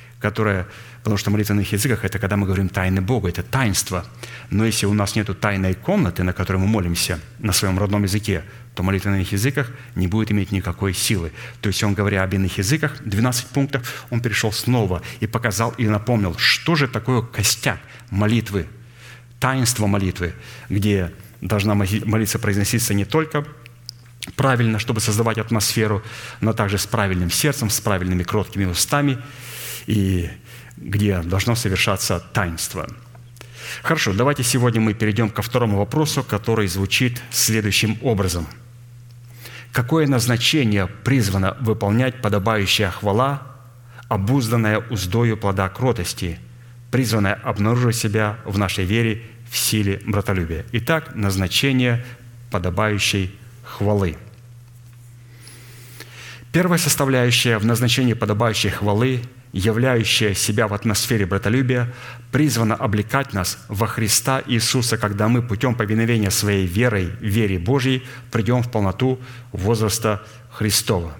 потому что молитва на иных языках – это когда мы говорим «тайны Бога», это таинство. Но если у нас нет тайной комнаты, на которой мы молимся на своем родном языке, то молитва на иных языках не будет иметь никакой силы. То есть он, говоря об иных языках, 12 пунктов, он перешел снова и показал и напомнил, что же такое костяк молитвы, таинство молитвы, где должна молиться произноситься не только правильно, чтобы создавать атмосферу, но также с правильным сердцем, с правильными кроткими устами, и где должно совершаться таинство. Хорошо, давайте сегодня мы перейдем ко второму вопросу, который звучит следующим образом. Какое назначение призвано выполнять подобающая хвала, обузданная уздою плода кротости, призванная обнаружить себя в нашей вере в силе братолюбия? Итак, назначение подобающей хвалы. Первая составляющая в назначении подобающей хвалы, являющая себя в атмосфере братолюбия, призвана облекать нас во Христа Иисуса, когда мы путем повиновения своей верой, вере Божьей, придем в полноту возраста Христова.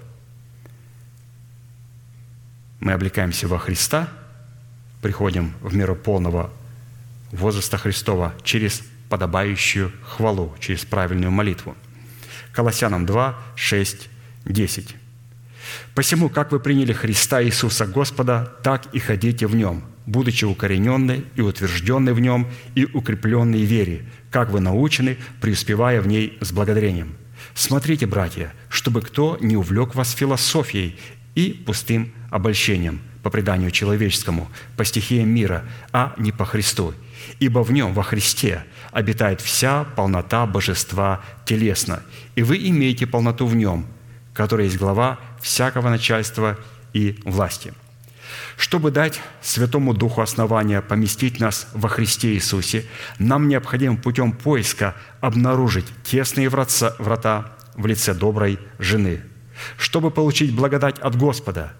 Мы облекаемся во Христа, приходим в меру полного возраста Христова через подобающую хвалу, через правильную молитву. Колоссянам 2, 6, 10. «Посему, как вы приняли Христа Иисуса Господа, так и ходите в Нем, будучи укорененны и утвержденны в Нем и укрепленны в вере, как вы научены, преуспевая в ней с благодарением. Смотрите, братья, чтобы кто не увлек вас философией и пустым обольщением, по преданию человеческому, по стихиям мира, а не по Христу. Ибо в Нем, во Христе, обитает вся полнота божества телесно, и вы имеете полноту в Нем, который есть глава всякого начальства и власти. Чтобы дать Святому Духу основания поместить нас во Христе Иисусе, нам необходимо путем поиска обнаружить тесные врата в лице доброй жены. Чтобы получить благодать от Господа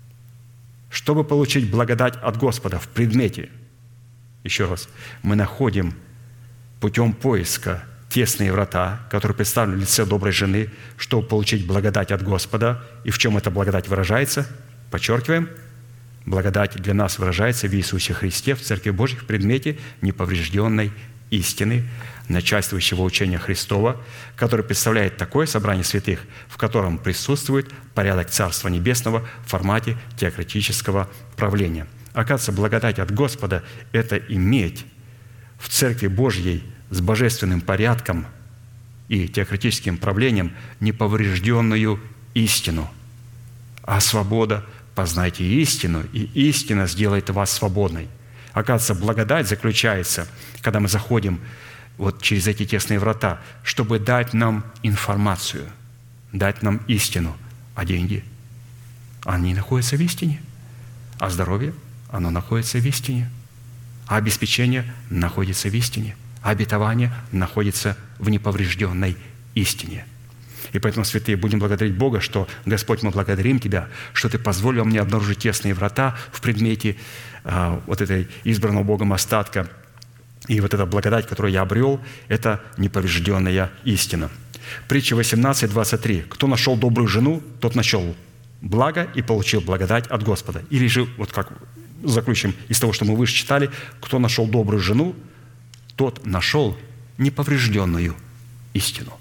в предмете, еще раз, мы находим путем поиска тесные врата, которые представлены в лице доброй жены, чтобы получить благодать от Господа. И в чем эта благодать выражается? Подчеркиваем, благодать для нас выражается в Иисусе Христе, в Церкви Божьей, в предмете неповрежденной истины, начальствующего учения Христова, который представляет такое собрание святых, в котором присутствует порядок Царства Небесного в формате теократического правления. Оказывается, благодать от Господа – это иметь в Церкви Божьей с божественным порядком и теократическим правлением неповрежденную истину. А свобода – познайте истину, и истина сделает вас свободной. Оказывается, благодать заключается, когда мы заходим вот через эти тесные врата, чтобы дать нам информацию, дать нам истину. А деньги? Они находятся в истине. А здоровье? Оно находится в истине. А обеспечение находится в истине. А обетование находится в неповрежденной истине. И поэтому, святые, будем благодарить Бога, что, Господь, мы благодарим Тебя, что Ты позволил мне обнаружить тесные врата в предмете вот этой избранного Богом остатка. И вот эта благодать, которую я обрел, это неповрежденная истина. Притча 18:23. «Кто нашел добрую жену, тот нашел благо и получил благодать от Господа». Или же, вот как заключим из того, что мы выше читали, «Кто нашел добрую жену, тот нашел неповрежденную истину».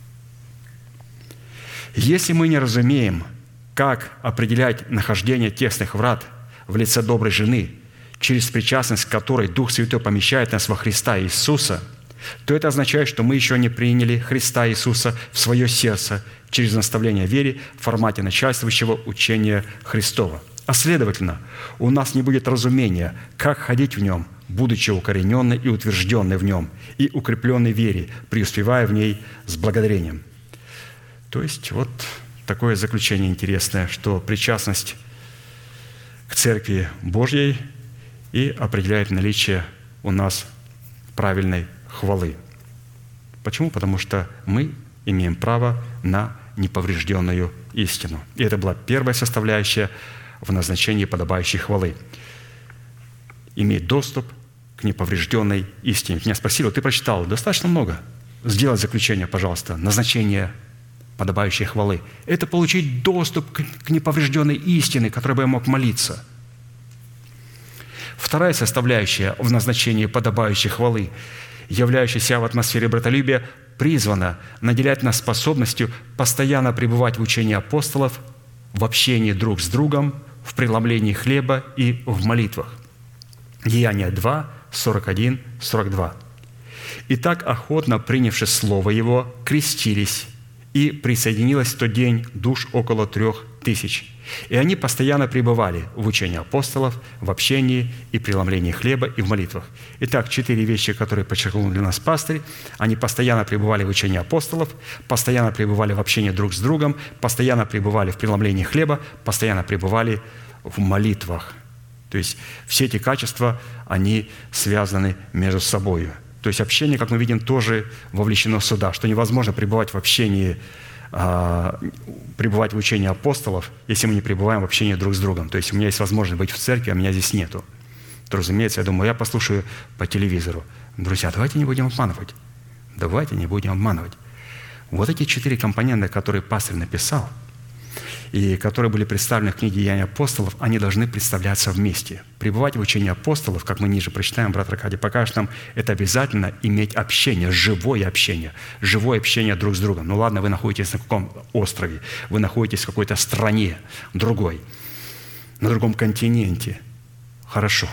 Если мы не разумеем, как определять нахождение тесных врат в лице доброй жены, через причастность к которой Дух Святой помещает нас во Христа Иисуса, то это означает, что мы еще не приняли Христа Иисуса в свое сердце через наставление вере в формате начальствующего учения Христова. А следовательно, у нас не будет разумения, как ходить в нем, будучи укорененной и утвержденной в нем, и укрепленной в вере, преуспевая в ней с благодарением. То есть вот такое заключение интересное, что причастность к Церкви Божьей и определяет наличие у нас правильной хвалы. Почему? Потому что мы имеем право на неповрежденную истину. И это была первая составляющая в назначении подобающей хвалы. Иметь доступ к неповрежденной истине. Меня спросили, ты прочитал достаточно много. Сделай заключение, пожалуйста. Назначение подобающей хвалы. Это получить доступ к неповрежденной истине, которой бы я мог молиться. Вторая составляющая в назначении подобающей хвалы, являющаяся в атмосфере братолюбия, призвана наделять нас способностью постоянно пребывать в учении апостолов, в общении друг с другом, в преломлении хлеба и в молитвах. Деяния 2, 41, 42. «Итак, охотно принявши слово Его, крестились, и присоединилось в тот день душ около 3000. И они постоянно пребывали в учении апостолов, в общении и преломлении хлеба и в молитвах». Итак, 4 вещи, которые подчеркнул для нас пастырь. Они постоянно пребывали в учении апостолов, постоянно пребывали в общении друг с другом, постоянно пребывали в преломлении хлеба, постоянно пребывали в молитвах. То есть все эти качества, они связаны между собой. То есть общение, как мы видим, тоже вовлечено сюда, что невозможно пребывать в общении, пребывать в учении апостолов, если мы не пребываем в общении друг с другом. То есть у меня есть возможность быть в церкви, а меня здесь нету. То, разумеется, я думаю, я послушаю по телевизору. Друзья, давайте не будем обманывать. Давайте не будем обманывать. Вот эти 4 компонента, которые пастырь написал, и которые были представлены в книге «Деяния апостолов», они должны представляться вместе. Пребывать в учении апостолов, как мы ниже прочитаем, брат Аркадий покажет нам, это обязательно иметь общение, живое общение друг с другом. Ну ладно, вы находитесь на каком острове, вы находитесь в какой-то стране другой, на другом континенте. Хорошо.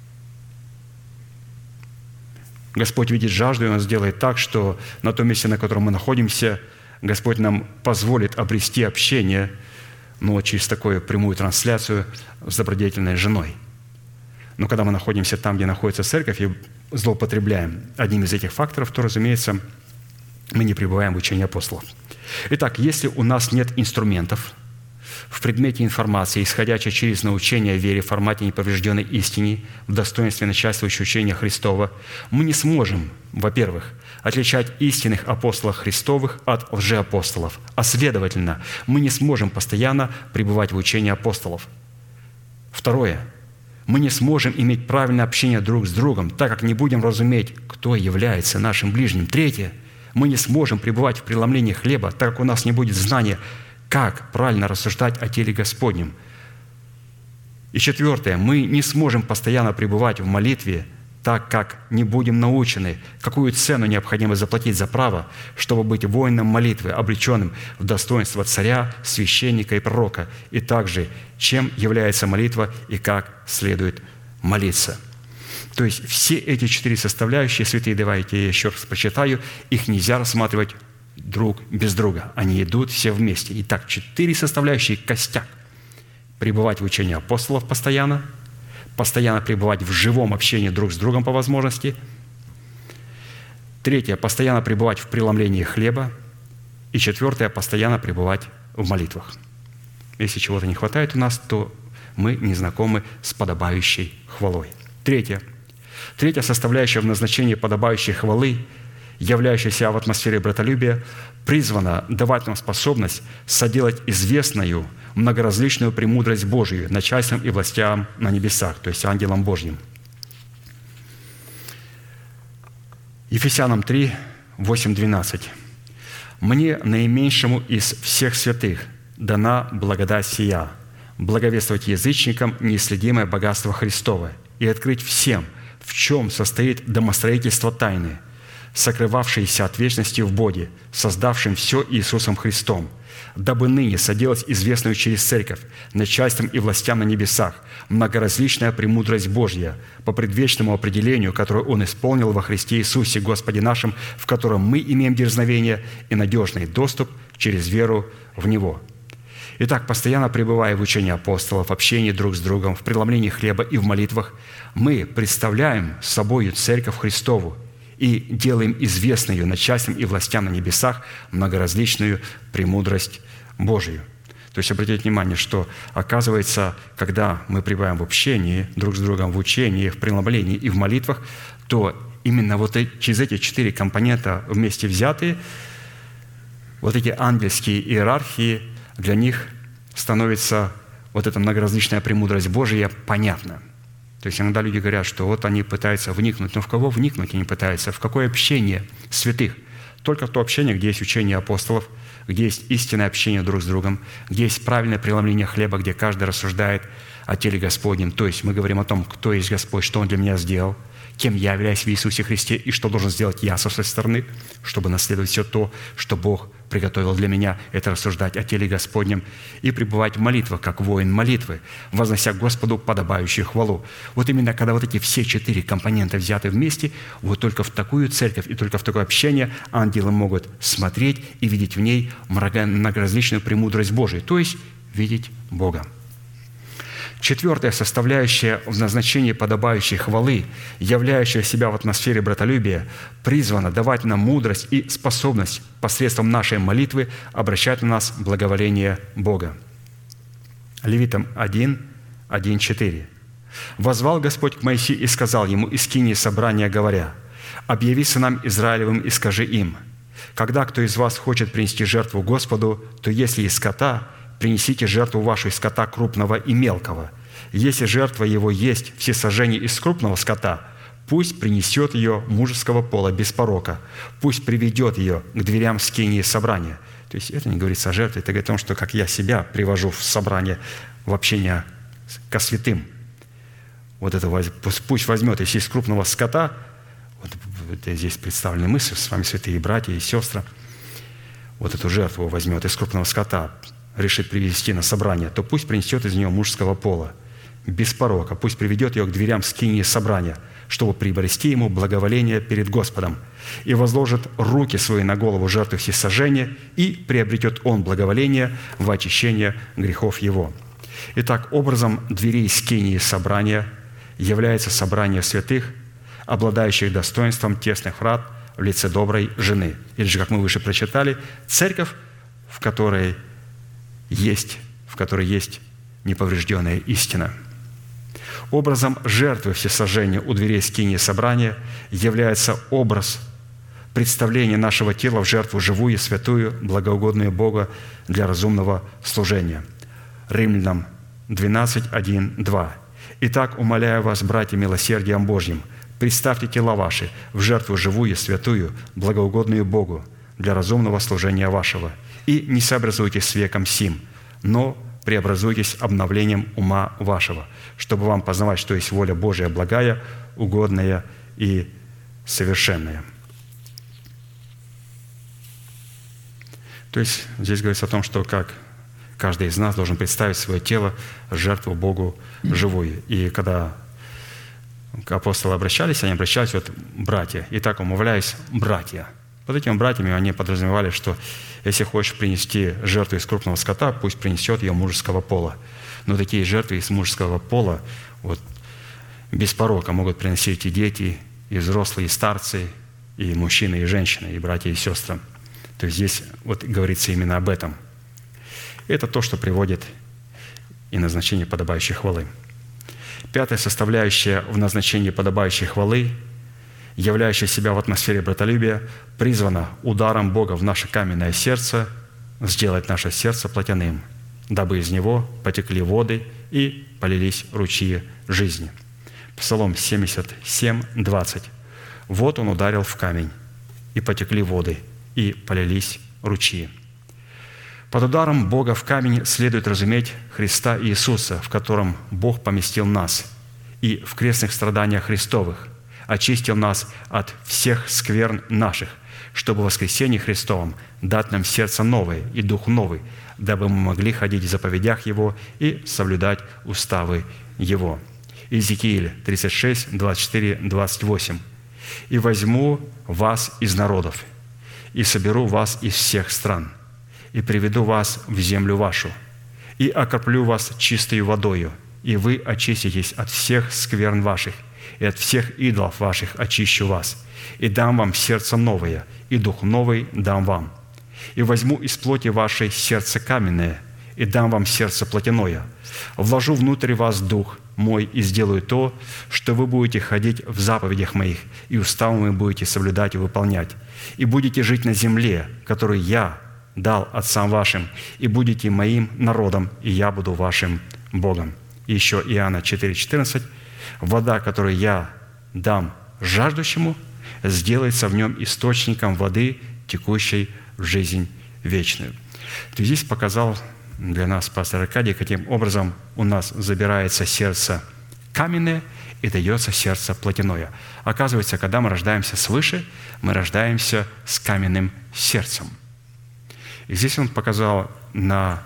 Господь видит жажду, и Он сделает так, что на том месте, на котором мы находимся, Господь нам позволит обрести общение, но через такую прямую трансляцию с добродетельной женой. Но когда мы находимся там, где находится церковь, и злоупотребляем одним из этих факторов, то, разумеется, мы не пребываем в учении апостолов. Итак, если у нас нет инструментов в предмете информации, исходящей через научение вере в формате неповрежденной истине, в достоинстве начальствующего учения Христова, мы не сможем, во-первых, отличать истинных апостолов Христовых от лжеапостолов, а следовательно, мы не сможем постоянно пребывать в учении апостолов. Второе. Мы не сможем иметь правильное общение друг с другом, так как не будем разуметь, кто является нашим ближним. Третье. Мы не сможем пребывать в преломлении хлеба, так как у нас не будет знания, как правильно рассуждать о теле Господнем. И четвертое, мы не сможем постоянно пребывать в молитве, так как не будем научены, какую цену необходимо заплатить за право, чтобы быть воином молитвы, облеченным в достоинство царя, священника и пророка, и также, чем является молитва и как следует молиться. То есть все эти 4 составляющие, святые, давайте я еще раз прочитаю, их нельзя рассматривать друг без друга. Они идут все вместе. Итак, 4 составляющие костяк. Пребывать в учении апостолов постоянно пребывать в живом общении друг с другом по возможности. 3, постоянно пребывать в преломлении хлеба. И 4, постоянно пребывать в молитвах. Если чего-то не хватает у нас, то мы не знакомы с подобающей хвалой. 3 составляющая в назначении подобающей хвалы, являющаяся в атмосфере братолюбия, призвана давать нам способность соделать известную многоразличную премудрость Божию начальством и властям на небесах, то есть ангелам Божьим. Ефесянам 3, 8, 12. «Мне, наименьшему из всех святых, дана благодать сия, благовествовать язычникам неисследимое богатство Христово и открыть всем, в чем состоит домостроительство тайны, сокрывавшееся от вечности в Боге, создавшим все Иисусом Христом, дабы ныне соделать известную через Церковь, начальством и властям на небесах, многоразличная премудрость Божья по предвечному определению, которое Он исполнил во Христе Иисусе, Господе нашим, в котором мы имеем дерзновение и надежный доступ через веру в Него». Итак, постоянно пребывая в учении апостолов, в общении друг с другом, в преломлении хлеба и в молитвах, мы представляем собою Церковь Христову и делаем известную начальством и властям на небесах многоразличную премудрость Божию. То есть обратите внимание, что оказывается, когда мы пребываем в общении друг с другом, в учении, в преломлении и в молитвах, то именно через эти 4 компонента вместе взятые, вот эти ангельские иерархии, для них становится вот эта многоразличная премудрость Божия понятна. То есть иногда люди говорят, что вот они пытаются вникнуть, но в кого вникнуть они пытаются, в какое общение святых? Только в то общение, где есть учение апостолов, где есть истинное общение друг с другом, где есть правильное преломление хлеба, где каждый рассуждает о теле Господнем. То есть мы говорим о том, кто есть Господь, что Он для меня сделал, кем я являюсь в Иисусе Христе и что должен сделать я со своей стороны, чтобы наследовать все то, что Бог приготовил для меня, это рассуждать о теле Господнем и пребывать в молитвах, как воин молитвы, вознося Господу подобающую хвалу. Вот именно когда вот эти все 4 компонента взяты вместе, вот только в такую церковь и только в такое общение ангелы могут смотреть и видеть в ней многоразличную премудрость Божию, то есть видеть Бога. 4 составляющая в назначении подобающей хвалы, являющая себя в атмосфере братолюбия, призвана давать нам мудрость и способность посредством нашей молитвы обращать на нас благоволение Бога. Левитам 1, 1, 4. «Воззвал Господь к Моисею и сказал ему из скинии собрания, говоря: объяви сынам Израилевым и скажи им: когда кто из вас хочет принести жертву Господу, то если из скота, принесите жертву вашу из скота крупного и мелкого. Если жертва его есть всесожжение из крупного скота, пусть принесет ее мужеского пола без порока, пусть приведет ее к дверям скинии собрания». То есть это не говорится о жертве, это говорит о том, что как я себя привожу в собрание, в общение ко святым. Вот это пусть возьмет, если из крупного скота, вот здесь представлены мы с вами, святые братья и сестры, вот эту жертву возьмет из крупного скота, решит привести на собрание, то пусть принесет из нее мужского пола, без порока, пусть приведет ее к дверям скинии собрания, чтобы приобрести ему благоволение перед Господом, и возложит руки свои на голову жертвы всесожжения, и приобретет он благоволение в очищение грехов его». Итак, образом дверей скинии собрания является собрание святых, обладающих достоинством тесных врат в лице доброй жены. Или же, как мы выше прочитали, церковь, в которой есть неповрежденная истина. Образом жертвы всесожжения у дверей скинии собрания является образ представления нашего тела в жертву живую, святую, благоугодную Бога для разумного служения. Римлянам 12, 1, 2. «Итак, умоляю вас, братья, милосердием Божьим, представьте тела ваши в жертву живую, святую, благоугодную Богу для разумного служения вашего. И не сообразуйтесь с веком сим, но преобразуйтесь обновлением ума вашего, чтобы вам познавать, что есть воля Божия благая, угодная и совершенная». То есть здесь говорится о том, что как каждый из нас должен представить свое тело в жертву Богу живую. И когда апостолы обращались, они обращались вот братья. «Итак, умовляюсь, братья». Под этими братьями они подразумевали, что если хочешь принести жертву из крупного скота, пусть принесет ее мужеского пола. Но такие жертвы из мужского пола вот, без порока могут приносить и дети, и взрослые, и старцы, и мужчины, и женщины, и братья, и сестры. То есть здесь вот говорится именно об этом. Это то, что приводит и назначение подобающей хвалы. Пятая составляющая в назначении подобающей хвалы, являющая себя в атмосфере братолюбия, призвана ударом Бога в наше каменное сердце сделать наше сердце плотяным, дабы из него потекли воды и полились ручьи жизни. Псалом 77, 20. «Вот он ударил в камень, и потекли воды, и полились ручьи». Под ударом Бога в камень следует разуметь Христа Иисуса, в котором Бог поместил нас, и в крестных страданиях Христовых очистил нас от всех скверн наших, чтобы в воскресении Христовом дать нам сердце новое и дух новый, дабы мы могли ходить в заповедях Его и соблюдать уставы Его. Иезекииль 36, 24, 28. «И возьму вас из народов, и соберу вас из всех стран, и приведу вас в землю вашу, и окроплю вас чистою водою, и вы очиститесь от всех скверн ваших, и от всех идолов ваших очищу вас, и дам вам сердце новое, и дух новый дам вам. И возьму из плоти вашей сердце каменное, и дам вам сердце плотяное. Вложу внутрь вас дух мой, и сделаю то, что вы будете ходить в заповедях моих, и уставы мои будете соблюдать и выполнять. И будете жить на земле, которую я дал отцам вашим, и будете моим народом, и я буду вашим Богом». И еще Иоанна 4,14. «Вода, которую я дам жаждущему, сделается в нем источником воды, текущей в жизнь вечную». То есть здесь показал для нас пастор Аркадий, каким образом у нас забирается сердце каменное и дается сердце плотяное. Оказывается, когда мы рождаемся свыше, мы рождаемся с каменным сердцем. И здесь он показал на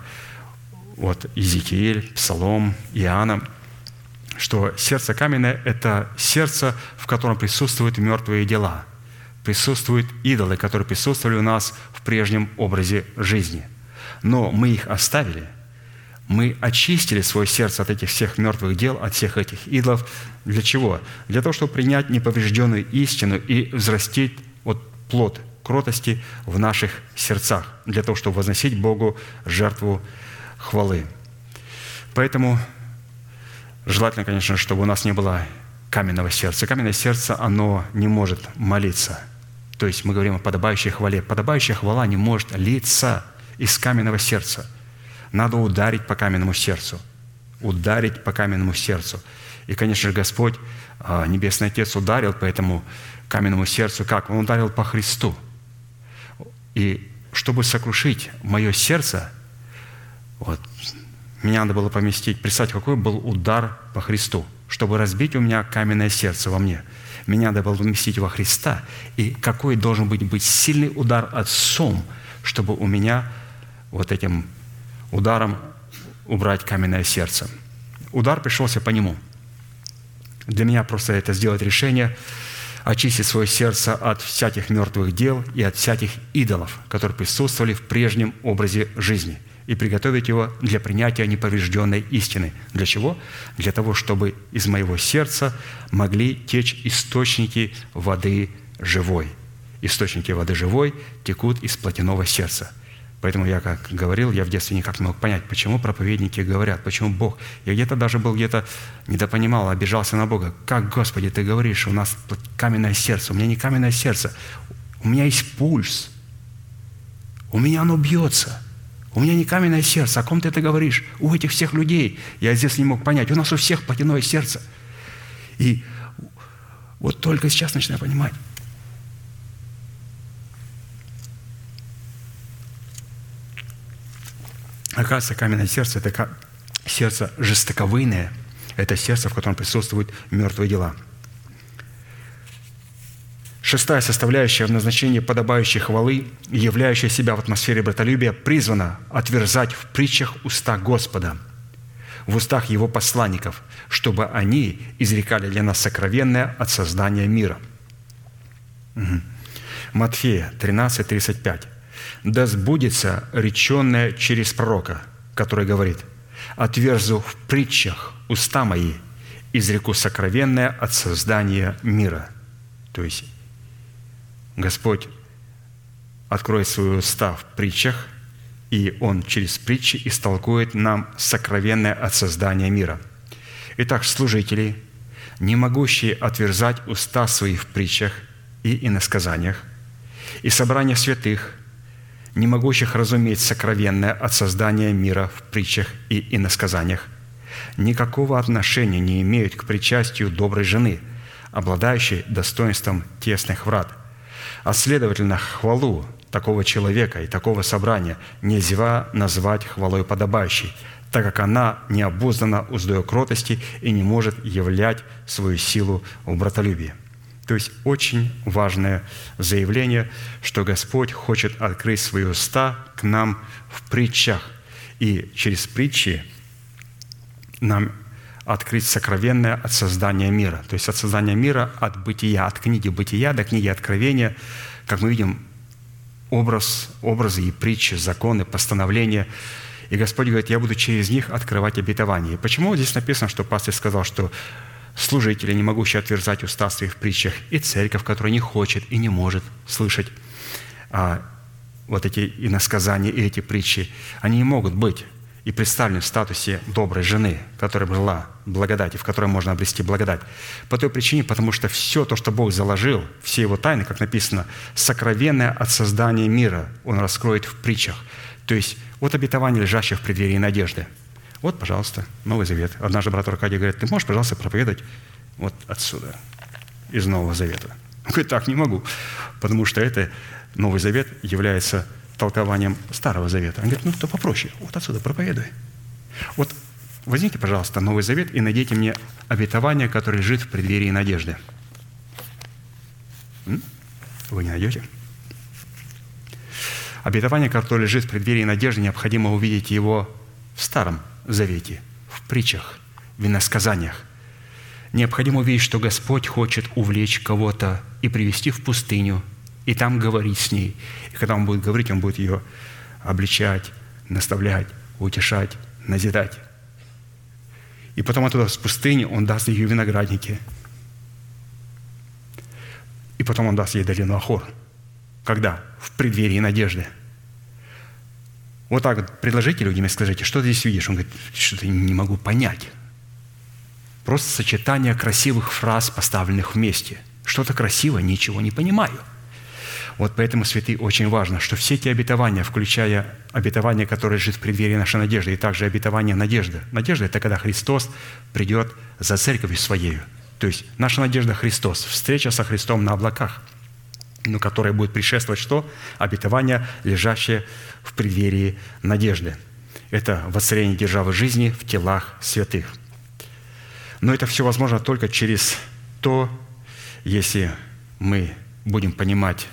Иезекииль, Псалом, Иоанна, что сердце каменное – это сердце, в котором присутствуют мертвые дела, присутствуют идолы, которые присутствовали у нас в прежнем образе жизни. Но мы их оставили, мы очистили свое сердце от этих всех мертвых дел, от всех этих идолов. Для чего? Для того, чтобы принять неповрежденную истину и взрастить плод кротости в наших сердцах, для того, чтобы возносить Богу жертву хвалы. Поэтому желательно, конечно, чтобы у нас не было каменного сердца. Каменное сердце, оно не может молиться. То есть мы говорим о подобающей хвале. Подобающая хвала не может литься из каменного сердца. Надо ударить по каменному сердцу. Ударить по каменному сердцу. И, конечно же, Господь, Небесный Отец, ударил по этому каменному сердцу. Как? Он ударил по Христу. И чтобы сокрушить мое сердце, меня надо было поместить. Представьте, какой был удар по Христу. Чтобы разбить у меня каменное сердце во мне, меня надо было поместить во Христа. И какой должен быть сильный удар Отцом, чтобы у меня этим ударом убрать каменное сердце. Удар пришелся по Нему. Для меня просто это сделать решение, очистить свое сердце от всяких мертвых дел и от всяких идолов, которые присутствовали в прежнем образе жизни, и приготовить его для принятия неповрежденной истины. Для чего? Для того, чтобы из моего сердца могли течь источники воды живой. Источники воды живой текут из плотяного сердца. Поэтому я, как говорил, я в детстве никак не мог понять, почему проповедники говорят, почему Бог. Я где-то даже был недопонимал, обижался на Бога. Как, Господи, Ты говоришь, у нас каменное сердце. У меня не каменное сердце. У меня есть пульс. У меня оно бьется. У меня не каменное сердце. О ком ты это говоришь? У этих всех людей. Я здесь не мог понять. У нас у всех плотяное сердце. И Вот только сейчас начинаю понимать. Оказывается, каменное сердце – это сердце жестоковыйное, это сердце, в котором присутствуют мертвые дела. Шестая составляющая в назначении подобающей хвалы, являющая себя в атмосфере братолюбия, призвана отверзать в притчах уста Господа, в устах Его посланников, чтобы они изрекали для нас сокровенное от создания мира. Матфея 13:35. «Да сбудется реченное через пророка, который говорит: отверзу в притчах уста мои, изреку сокровенное от создания мира». То есть Господь откроет свои уста в притчах, и Он через притчи истолкует нам сокровенное от создания мира. Итак, служители, не могущие отверзать уста свои в притчах и иносказаниях, и собрание святых, не могущих разуметь сокровенное от создания мира в притчах и иносказаниях, никакого отношения не имеют к причастию доброй жены, обладающей достоинством тесных врат. А следовательно, хвалу такого человека и такого собрания нельзя назвать хвалой подобающей, так как она не обуздана уздою кротости и не может являть свою силу в братолюбии. То есть очень важное заявление, что Господь хочет открыть свои уста к нам в притчах, и через притчи нам открыть сокровенное от создания мира. То есть от создания мира, от бытия, от книги бытия до книги Откровения, как мы видим, образы и притчи, законы, постановления. И Господь говорит: я буду через них открывать обетование. И почему здесь написано, что пастырь сказал, что служители, не могущие отверзать уста своих в притчах, и церковь, которая не хочет и не может слышать вот эти иносказания и эти притчи, они не могут быть и представлены в статусе доброй жены, которая была благодать, и в которой можно обрести благодать. По той причине, потому что все то, что Бог заложил, все Его тайны, как написано, сокровенное от создания мира Он раскроет в притчах. То есть вот обетование, лежащее в преддверии надежды. Вот, пожалуйста, Новый Завет. Однажды брат Аркадий говорит: ты можешь, пожалуйста, проповедовать вот отсюда, из Нового Завета? Он говорит: так, не могу, потому что это Новый Завет является толкованием Старого Завета. Он говорит: ну, то попроще, вот отсюда проповедуй. Вот возьмите, пожалуйста, Новый Завет и найдите мне обетование, которое лежит в преддверии надежды. Вы не найдете? Обетование, которое лежит в преддверии надежды, необходимо увидеть его в Старом Завете, в притчах, в иносказаниях. Необходимо увидеть, что Господь хочет увлечь кого-то и привести в пустыню, и там говорить с ней. И когда Он будет говорить, Он будет ее обличать, наставлять, утешать, назидать. И потом оттуда с пустыни Он даст ее виноградники. И потом Он даст ей долину Ахор. Когда? В преддверии надежды. Вот так вот предложите людям и скажите: что ты здесь видишь? Он говорит: что-то не могу понять. Просто сочетание красивых фраз, поставленных вместе. Что-то красивое, ничего не понимаю. Вот поэтому, святые, очень важно, что все эти обетования, включая обетование, которое лежит в преддверии нашей надежды, и также обетование надежды. Надежда – это когда Христос придет за церковью Своею. То есть наша надежда – Христос, встреча со Христом на облаках, но которая будет предшествовать что? Обетование, лежащее в преддверии надежды. Это воцарение державы жизни в телах святых. Но это все возможно только через то, если мы будем понимать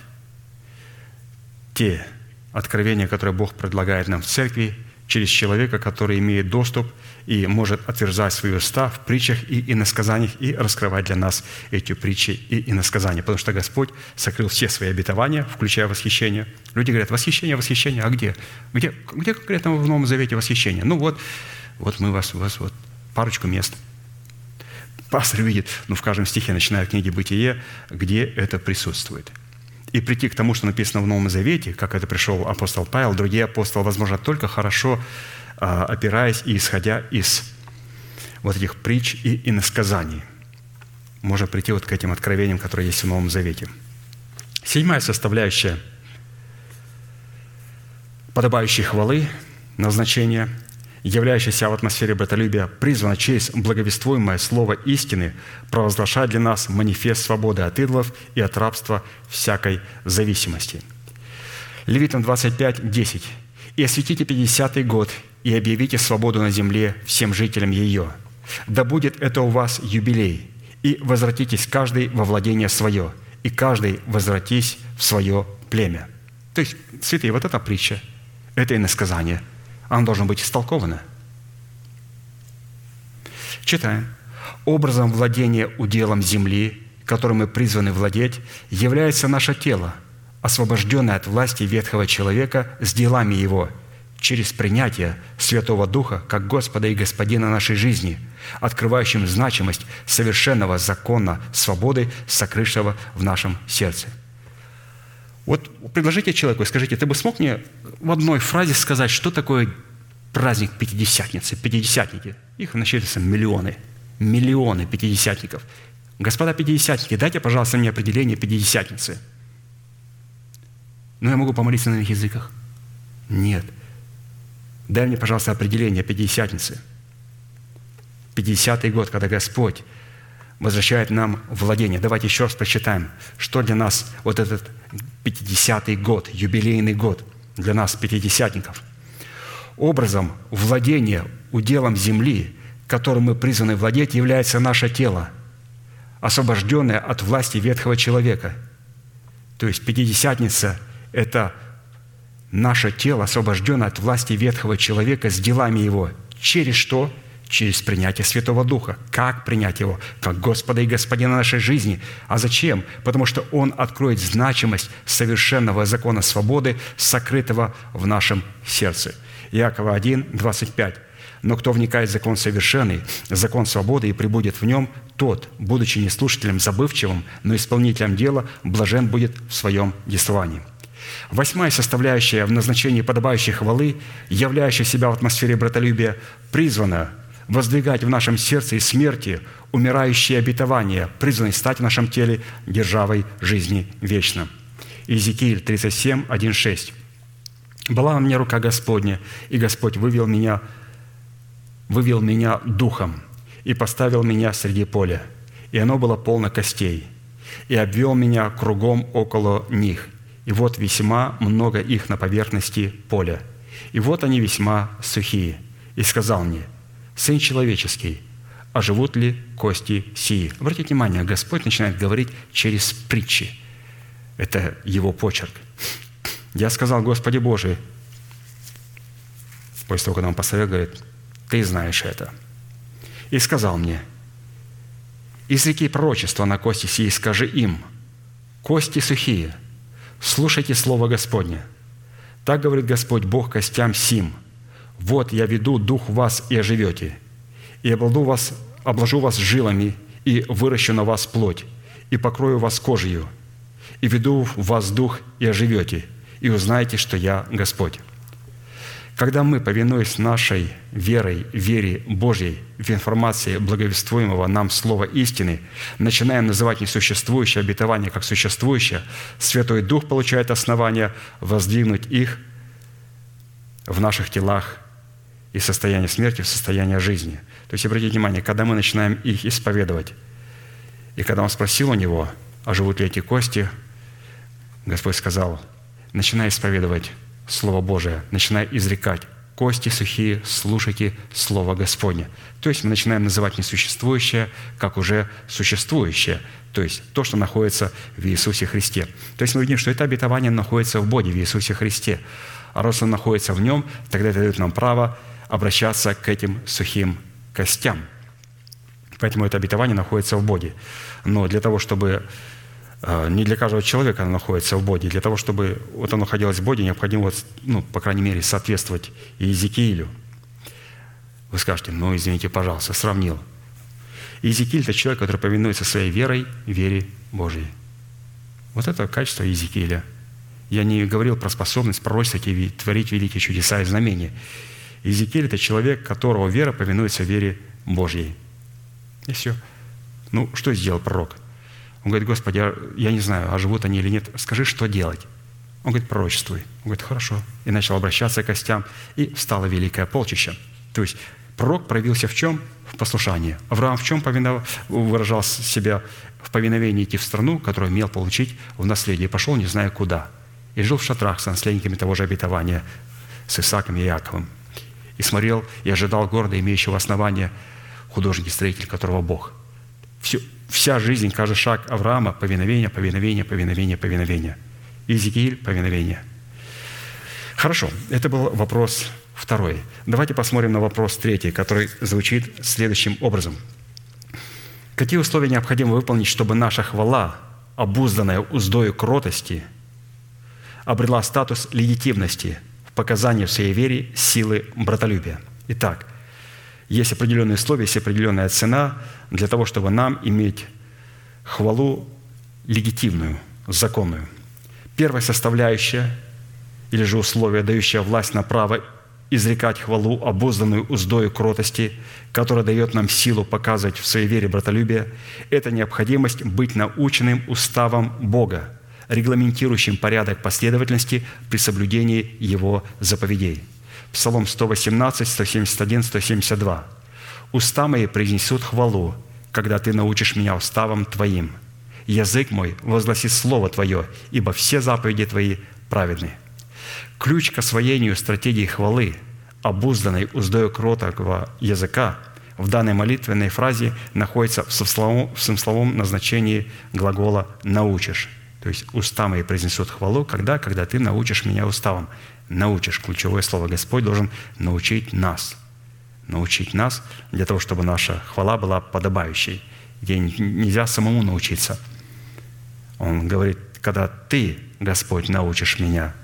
те откровения, которые Бог предлагает нам в церкви, через человека, который имеет доступ и может отверзать свои уста в притчах и иносказаниях и раскрывать для нас эти притчи и иносказания. Потому что Господь сокрыл все свои обетования, включая восхищение. Люди говорят: восхищение, восхищение, а где? Где конкретно в Новом Завете восхищение? Ну вот мы вас вот парочку мест. Пастор видит, в каждом стихе, начиная от книги «Бытие», где это присутствует. И прийти к тому, что написано в Новом Завете, как это пришел апостол Павел, другие апостолы, возможно, только хорошо опираясь и исходя из вот этих притч и иносказаний. Можно прийти вот к этим откровениям, которые есть в Новом Завете. Седьмая составляющая подобающей хвалы, назначения, являющаяся в атмосфере братолюбия, призвана через благовествуемое слово истины провозглашать для нас манифест свободы от идолов и от рабства всякой зависимости. Левитам 25, 10. «И осветите 50-й год, и объявите свободу на земле всем жителям ее. Да будет это у вас юбилей, и возвратитесь каждый во владение свое, и каждый возвратись в свое племя». То есть, святые, вот эта притча, это иносказание, оно должно быть истолковано. Читаем. «Образом владения уделом земли, которым мы призваны владеть, является наше тело, освобожденное от власти ветхого человека с делами его, через принятие Святого Духа как Господа и Господина нашей жизни, открывающим значимость совершенного закона свободы, сокрывшего в нашем сердце». Вот предложите человеку и скажите, ты бы смог мне в одной фразе сказать, что такое праздник Пятидесятницы, Пятидесятники? Их насчитывается миллионы пятидесятников. Господа пятидесятники, дайте, пожалуйста, мне определение Пятидесятницы. Ну, я могу помолиться на иных языках? Нет. Дай мне, пожалуйста, определение Пятидесятницы. 50-й год, когда Господь возвращает нам владение. Давайте еще раз прочитаем, что для нас вот этот 50-й год, юбилейный год, для нас, пятидесятников. Образом владения уделом земли, которым мы призваны владеть, является наше тело, освобожденное от власти ветхого человека. То есть Пятидесятница – это наше тело, освобожденное от власти ветхого человека с делами его. Через что? Через принятие Святого Духа. Как принять Его? Как Господа и Господина нашей жизни. А зачем? Потому что Он откроет значимость совершенного закона свободы, сокрытого в нашем сердце. Иакова 1, 25. «Но кто вникает в закон совершенный, закон свободы, и пребудет в нем, тот, будучи не слушателем забывчивым, но исполнителем дела, блажен будет в своем действовании». 8-я составляющая в назначении подобающей хвалы, являющая себя в атмосфере братолюбия, призвана воздвигать в нашем сердце из смерти умирающие обетования, призванные стать в нашем теле державой жизни вечно. Иезекииль 37, 1, 6. «Была на мне рука Господня, и Господь вывел меня духом и поставил меня среди поля, и оно было полно костей, и обвел меня кругом около них, и вот весьма много их на поверхности поля, и вот они весьма сухие. И сказал мне: Сын человеческий, а живут ли кости сии?» Обратите внимание, Господь начинает говорить через притчи. Это Его почерк. «Я сказал: Господи Божий», после того, когда Он поставил, говорит: «Ты знаешь это». «И сказал мне: изреки пророчество на кости сии, скажи им: кости сухие, слушайте слово Господне. Так говорит Господь Бог костям сим: вот я веду дух в вас, и оживете, и обложу вас жилами, и выращу на вас плоть, и покрою вас кожею, и веду в вас дух, и оживете, и узнаете, что я Господь». Когда мы, повинуясь нашей вере Божьей в информации благовествуемого нам слова истины, начинаем называть несуществующее обетование как существующее, Святой Дух получает основание воздвигнуть их в наших телах из состояния смерти в состояние жизни. То есть, обратите внимание, когда мы начинаем их исповедовать, и когда он спросил у него, а живут ли эти кости, Господь сказал: начинай исповедовать Слово Божие, начинай изрекать: кости сухие, слушайте Слово Господне. То есть мы начинаем называть несуществующее как уже существующее, то есть то, что находится в Иисусе Христе. То есть мы видим, что это обетование находится в Боге, в Иисусе Христе. А раз оно находится в Нем, тогда это дает нам право обращаться к этим сухим костям. Поэтому это обетование находится в Боге. Но для того, чтобы не для каждого человека оно находится в Боге. Для того, чтобы вот оно находилось в Боге, необходимо, по крайней мере, соответствовать Иезекиилю. Вы скажете: извините, пожалуйста, сравнил. Иезекииль – это человек, который повинуется своей вере Божьей. Вот это качество Иезекииля. Я не говорил про способность пророчествовать и творить великие чудеса и знамения. Иезекииль – это человек, которого вера повинуется вере Божьей. И все. Что сделал пророк? Он говорит: Господи, я не знаю, а живут они или нет. Скажи, что делать. Он говорит: пророчествуй. Он говорит: хорошо. И начал обращаться к костям, и встало великое полчище. То есть пророк проявился в чем? В послушании. Авраам в чем выражал себя? В повиновении идти в страну, которую имел получить в наследие. И пошел не зная куда. И жил в шатрах с наследниками того же обетования, с Исааком и Иаковом. И смотрел, и ожидал города, имеющего основания, художник и строитель, которого Бог. Вся жизнь, каждый шаг Авраама – повиновение, повиновение, повиновение, повиновение. Иезекииль – повиновение. Хорошо, это был вопрос второй. Давайте посмотрим на вопрос третий, который звучит следующим образом. Какие условия необходимо выполнить, чтобы наша хвала, обузданная уздою кротости, обрела статус легитимности в показании в своей вере силы братолюбия? Итак, есть определенные условия, есть определенная цена для того, чтобы нам иметь хвалу легитимную, законную. Первая составляющая, или же условие, дающее власть на право изрекать хвалу, обузданную уздою кротости, которая дает нам силу показывать в своей вере братолюбие, это необходимость быть наученным уставом Бога, регламентирующим порядок последовательности при соблюдении Его заповедей. Псалом 118, 171, 172. «Уста мои произнесут хвалу, когда Ты научишь меня уставам Твоим. Язык мой возгласит Слово Твое, ибо все заповеди Твои праведны». Ключ к освоению стратегии хвалы, обузданной уздою кроткого языка, в данной молитвенной фразе находится в смысловом назначении глагола «научишь». То есть «уста мои произнесут хвалу, когда ты научишь меня уставам». Научишь. Ключевое слово. Господь должен научить нас. Научить нас для того, чтобы наша хвала была подобающей, где нельзя самому научиться. Он говорит, когда Ты, Господь, научишь меня,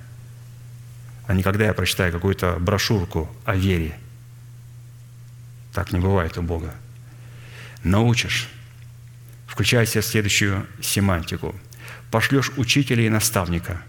а не когда я прочитаю какую-то брошюрку о вере. Так не бывает у Бога. Научишь. Включая в себя следующую семантику. Пошлешь учителя и наставника.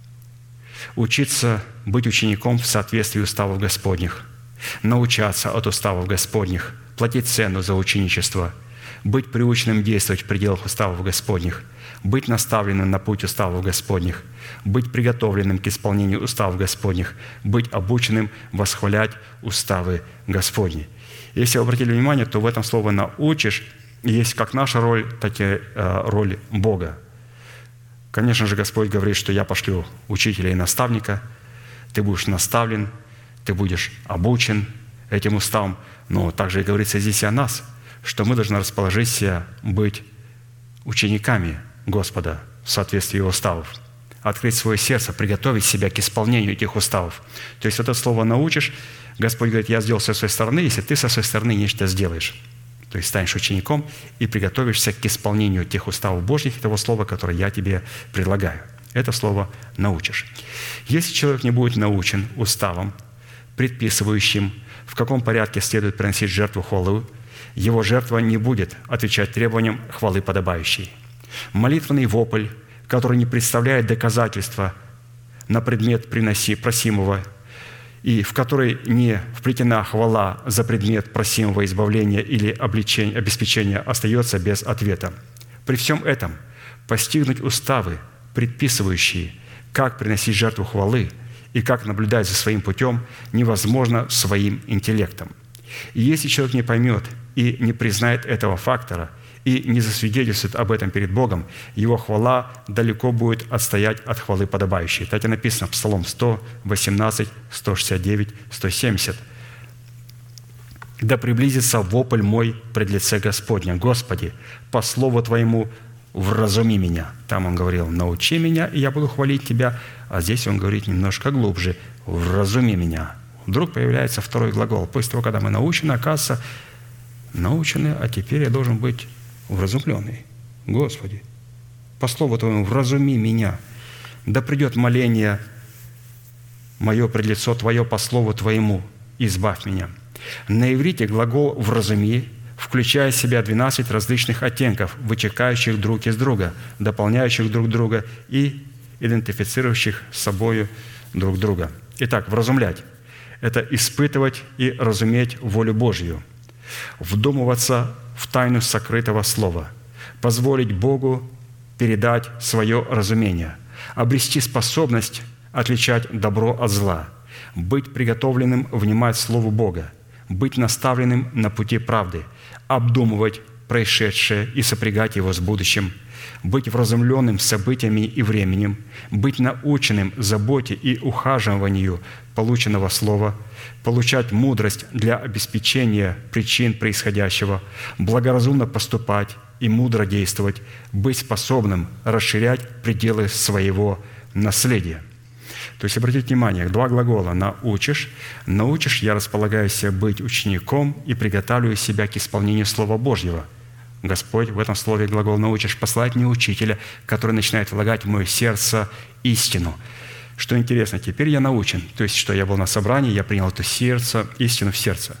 Учиться быть учеником в соответствии уставов Господних. Научаться от уставов Господних. Платить цену за ученичество. Быть приученным действовать в пределах уставов Господних. Быть наставленным на путь уставов Господних. Быть приготовленным к исполнению уставов Господних. Быть обученным восхвалять уставы Господни. Если вы обратили внимание, то в этом слове «научишь» есть как наша роль, так и роль Бога. Конечно же, Господь говорит, что я пошлю учителя и наставника, ты будешь наставлен, ты будешь обучен этим уставам. Но также и говорится здесь и о нас, что мы должны расположить себя быть учениками Господа в соответствии Его уставов, открыть свое сердце, приготовить себя к исполнению этих уставов. То есть вот это слово «научишь», Господь говорит, я сделал со своей стороны, если ты со своей стороны нечто сделаешь. То есть станешь учеником и приготовишься к исполнению тех уставов Божьих, того слова, которое я тебе предлагаю. Это слово «научишь». Если человек не будет научен уставом, предписывающим, в каком порядке следует приносить жертву хвалы, его жертва не будет отвечать требованиям хвалы подобающей. Молитвенный вопль, который не представляет доказательства на предмет просимого, и в который не вплетена хвала за предмет просимого избавления или обеспечения, остается без ответа. При всем этом постигнуть уставы, предписывающие, как приносить жертву хвалы и как наблюдать за своим путем, невозможно своим интеллектом. И если человек не поймет и не признает этого фактора, и не засвидетельствует об этом перед Богом, его хвала далеко будет отстоять от хвалы подобающей. Так и написано в Псалом 118, 169, 170. «Да приблизится вопль мой пред лице Господня. Господи, по слову Твоему вразуми меня». Там он говорил «научи меня, и я буду хвалить Тебя». А здесь он говорит немножко глубже «вразуми меня». Вдруг появляется второй глагол. После того, когда мы научены, оказывается, научены, а теперь я должен быть вразумленный. Господи, по слову Твоему, вразуми меня. Да придет моление мое пред лицо Твое по слову Твоему, избавь меня. На иврите глагол «вразуми» включая в себя 12 различных оттенков, вытекающих друг из друга, дополняющих друг друга и идентифицирующих с собою друг друга. Итак, вразумлять – это испытывать и разуметь волю Божью, вдумываться в тайну сокрытого слова, позволить Богу передать свое разумение, обрести способность отличать добро от зла, быть приготовленным внимать Слову Бога, быть наставленным на пути правды, обдумывать происшедшее и сопрягать его с будущим, быть вразумленным событиями и временем, быть наученным заботе и ухаживанию полученного слова, получать мудрость для обеспечения причин происходящего, благоразумно поступать и мудро действовать, быть способным расширять пределы своего наследия. То есть, обратите внимание, два глагола «научишь». «Научишь» я располагаю себя быть учеником и приготавливаю себя к исполнению Слова Божьего. Господь в этом слове глагол «научишь» посылает мне учителя, который начинает влагать в мое сердце истину. Что интересно, теперь я научен. То есть, что я был на собрании, я принял это сердце, истину в сердце.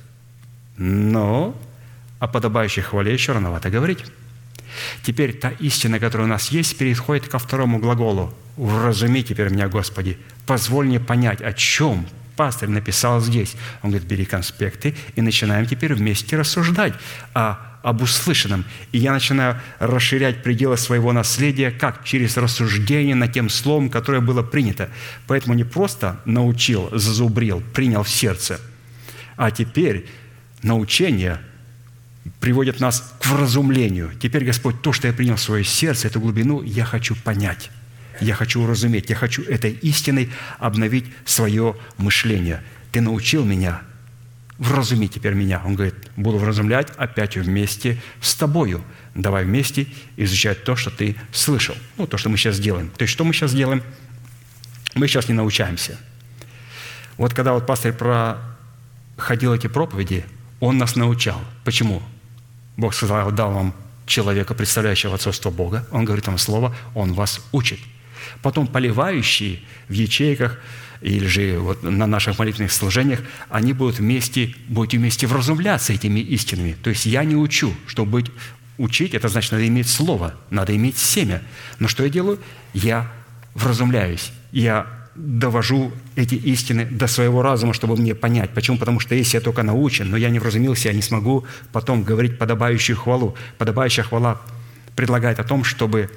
Но о подобающей хвале еще рановато говорить. Теперь та истина, которая у нас есть, переходит ко второму глаголу. «Вразуми теперь меня, Господи, позволь мне понять, о чем пастырь написал здесь». Он говорит, бери конспекты, и начинаем теперь вместе рассуждать об услышанном. И я начинаю расширять пределы своего наследия, как? Через рассуждение над тем словом, которое было принято. Поэтому не просто научил, зазубрил, принял в сердце, а теперь научение приводит нас к вразумлению. Теперь, Господь, то, что я принял в свое сердце, эту глубину, я хочу понять, я хочу уразуметь, я хочу этой истиной обновить свое мышление. Ты научил меня, вразуми теперь меня. Он говорит, буду вразумлять опять вместе с тобою. Давай вместе изучать то, что ты слышал. То, что мы сейчас делаем. То есть, что мы сейчас делаем? Мы сейчас не научаемся. Вот когда пастырь проходил эти проповеди, он нас научал. Почему? Бог сказал, дал вам человека, представляющего отцовство Бога. Он говорит вам слово, он вас учит. Потом поливающие в ячейках или же на наших молитвенных служениях, они будете вместе вразумляться этими истинами. То есть я не учу. Чтобы учить, это значит, надо иметь слово, надо иметь семя. Но что я делаю? Я вразумляюсь. Я довожу эти истины до своего разума, чтобы мне понять. Почему? Потому что если я только научен, но я не вразумился, я не смогу потом говорить подобающую хвалу. Подобающая хвала предлагает о том, чтобы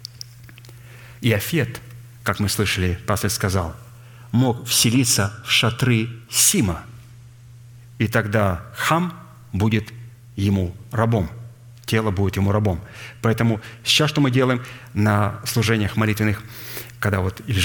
Иофет, как мы слышали, пастырь сказал, мог вселиться в шатры Сима, и тогда Хам будет ему рабом, тело будет ему рабом. Поэтому сейчас что мы делаем на служениях молитвенных, когда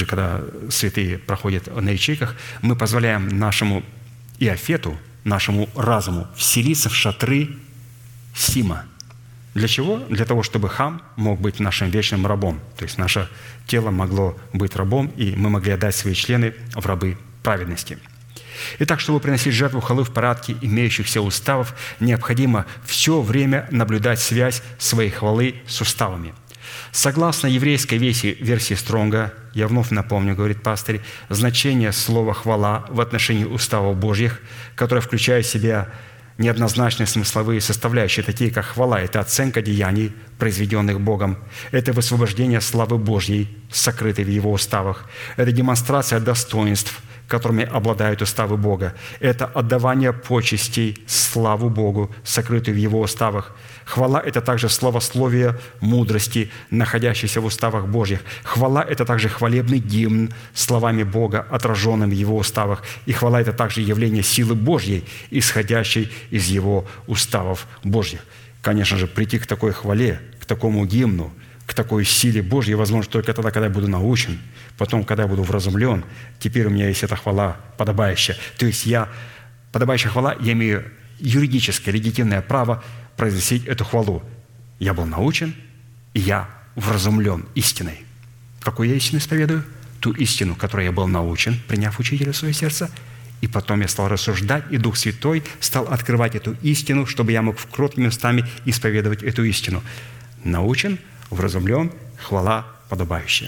святые проходят на ячейках, мы позволяем нашему Иофету, нашему разуму вселиться в шатры Сима. Для чего? Для того, чтобы Хам мог быть нашим вечным рабом. То есть наше тело могло быть рабом, и мы могли отдать свои члены в рабы праведности. Итак, чтобы приносить жертву хвалы в порядке имеющихся уставов, необходимо все время наблюдать связь своей хвалы с уставами. Согласно еврейской версии Стронга, я вновь напомню, говорит пастырь, значение слова «хвала» в отношении уставов Божьих, которое включает в себя неоднозначные смысловые составляющие, такие как хвала – это оценка деяний, произведенных Богом, это высвобождение славы Божьей, сокрытой в Его уставах, это демонстрация достоинств, которыми обладают уставы Бога, это отдавание почестей, славу Богу, сокрытую в Его уставах. Хвала – это также славословие мудрости, находящейся в уставах Божьих. Хвала – это также хвалебный гимн словами Бога, отраженным в Его уставах. И хвала – это также явление силы Божьей, исходящей из Его уставов Божьих. Конечно же, прийти к такой хвале, к такому гимну, к такой силе Божьей возможно только тогда, когда я буду научен, потом, когда я буду вразумлен. Теперь у меня есть эта хвала подобающая. То есть подобающая хвала, я имею юридическое, легитимное право произносить эту хвалу. Я был научен, и я вразумлен истиной. Какую я истину исповедую? Ту истину, которой я был научен, приняв учителя в свое сердце, и потом я стал рассуждать, и Дух Святой стал открывать эту истину, чтобы я мог кроткими устами исповедовать эту истину. Научен, вразумлен, хвала подобающая.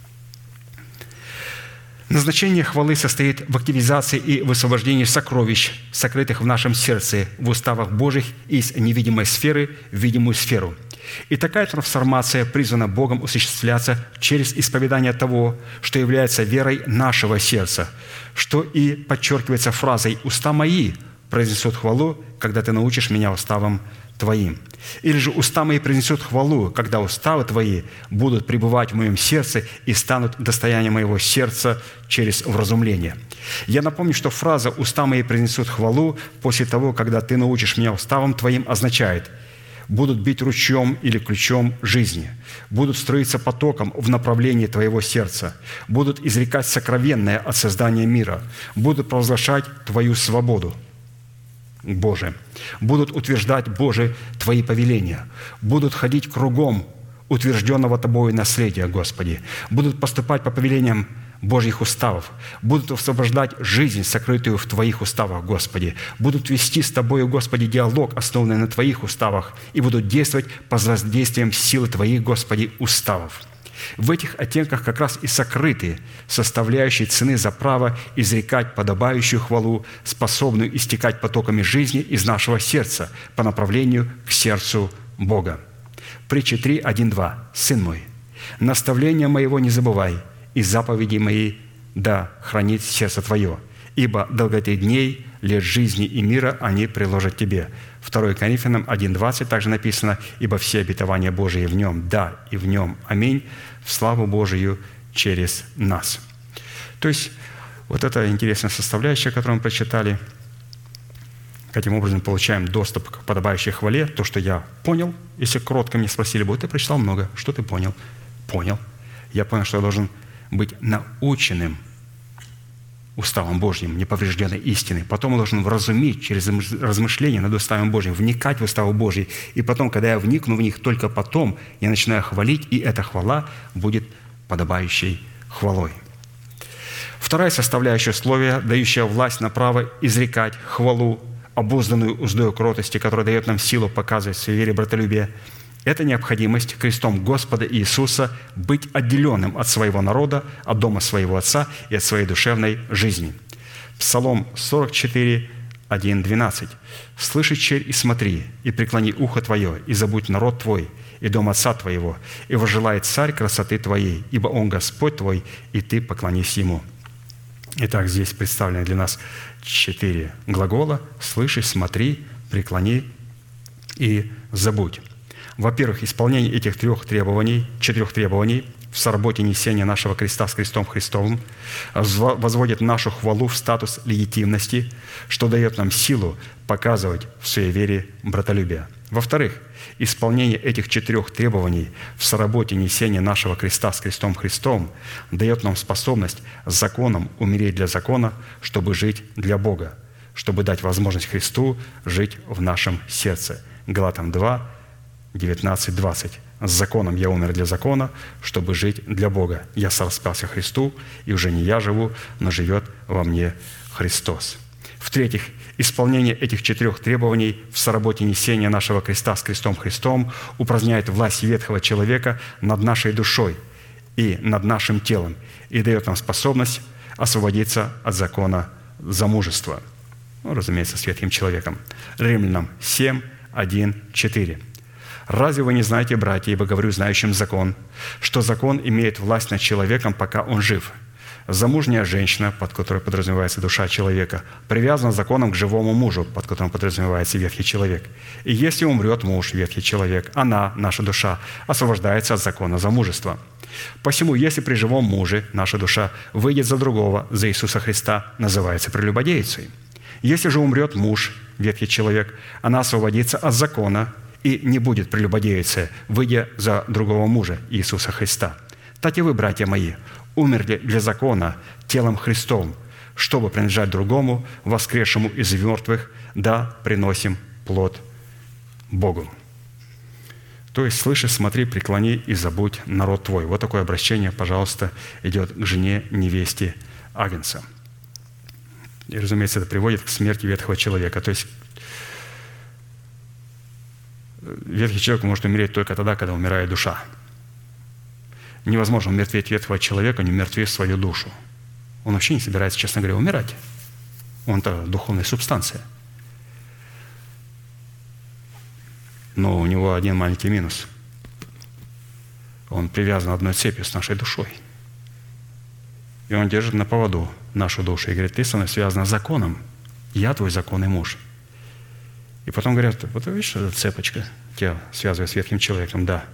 Назначение хвалы состоит в активизации и высвобождении сокровищ, сокрытых в нашем сердце, в уставах Божьих из невидимой сферы в видимую сферу. И такая трансформация призвана Богом осуществляться через исповедание того, что является верой нашего сердца, что и подчеркивается фразой «уста мои произнесут хвалу, когда Ты научишь меня уставам Твоим. Или же уста мои произнесут хвалу, когда уставы Твои будут пребывать в моем сердце и станут достоянием моего сердца через вразумление». Я напомню, что фраза «уста мои произнесут хвалу» после того, когда Ты научишь меня уставам Твоим, означает «будут бить ручьем или ключом жизни, будут струиться потоком в направлении Твоего сердца, будут изрекать сокровенное от создания мира, будут провозглашать Твою свободу, Боже, будут утверждать, Боже, Твои повеления, будут ходить кругом утвержденного Тобою наследия, Господи, будут поступать по повелениям Божьих уставов, будут освобождать жизнь, сокрытую в Твоих уставах, Господи, будут вести с Тобою, Господи, диалог, основанный на Твоих уставах, и будут действовать под воздействием силы Твоих, Господи, уставов. В этих оттенках как раз и сокрыты составляющие цены за право изрекать подобающую хвалу, способную истекать потоками жизни из нашего сердца по направлению к сердцу Бога. Притча 3, 1, 2. «Сын мой, наставления моего не забывай, и заповеди мои да хранит сердце твое, ибо долготы дней, лет жизни и мира они приложат тебе». 2 Коринфянам 1:20 также написано: «Ибо все обетования Божии в нем, да, и в нем, аминь, в славу Божию через нас». То есть, вот эта интересная составляющая, которую мы прочитали, каким образом получаем доступ к подобающей хвале, то, что я понял, если кротко мне спросили бы: ты прочитал много, что ты понял? Понял. Я понял, что я должен быть наученным уставом Божьим, неповрежденной истиной. Потом я должен вразумить через размышления над уставом Божьим, вникать в уставы Божьи. И потом, когда я вникну в них, только потом я начинаю хвалить, и эта хвала будет подобающей хвалой. Вторая составляющая условия, дающая власть на право изрекать хвалу, обузданную уздою кротости, которая дает нам силу показывать в своей вере братолюбие, это необходимость крестом Господа Иисуса быть отделенным от своего народа, от дома своего Отца и от своей душевной жизни. Псалом 44, 1, 12. «Слыши, черь, и смотри, и преклони ухо твое, и забудь народ твой, и дом Отца твоего, и возжелает царь красоты твоей, ибо Он Господь твой, и ты поклонись Ему». Итак, здесь представлены для нас 4 глагола: «слыши», «смотри», «преклони» и «забудь». Во-первых, исполнение этих 4 требований в соработе несения нашего креста с крестом Христовым возводит нашу хвалу в статус легитимности, что дает нам силу показывать в своей вере братолюбие. Во-вторых, исполнение этих 4 требований в соработе несения нашего креста с крестом Христовым дает нам способность с законом умереть для закона, чтобы жить для Бога, чтобы дать возможность Христу жить в нашем сердце. Галатам 2, 19-20. «С законом я умер для закона, чтобы жить для Бога. Я сораспялся Христу, и уже не я живу, но живет во мне Христос». В-третьих, исполнение этих 4 требований в соработе несения нашего креста с крестом Христом упраздняет власть ветхого человека над нашей душой и над нашим телом и дает нам способность освободиться от закона замужества. Разумеется, с ветхим человеком. Римлянам 7, 1, 4. «Разве вы не знаете, братья, ибо говорю знающим закон, что закон имеет власть над человеком, пока он жив? Замужняя женщина, под которой подразумевается душа человека, привязана законом к живому мужу, под которым подразумевается ветхий человек. И если умрет муж, ветхий человек, она, наша душа, освобождается от закона замужества. Посему, если при живом муже наша душа выйдет за другого, за Иисуса Христа, называется прелюбодейцей. Если же умрет муж, ветхий человек, она освободится от закона и не будет прелюбодеяться, выйдя за другого мужа, Иисуса Христа. Так и вы, братья мои, умерли для закона телом Христовым, чтобы принадлежать другому, воскресшему из мертвых, да приносим плод Богу». То есть, слыши, смотри, преклони и забудь народ твой. Вот такое обращение, пожалуйста, идет к жене невесте Агнца. И, разумеется, это приводит к смерти ветхого человека. То есть, ветхий человек может умереть только тогда, когда умирает душа. Невозможно умертвить ветхого человека, не умертвив свою душу. Он вообще не собирается, честно говоря, умирать. Он-то духовная субстанция. Но у него один маленький минус. Он привязан одной цепью с нашей душой. И он держит на поводу нашу душу и говорит: ты со мной связана законом, я твой законный муж». И потом говорят: вот видишь, эта цепочка тебя связывает с ветхим человеком. Да.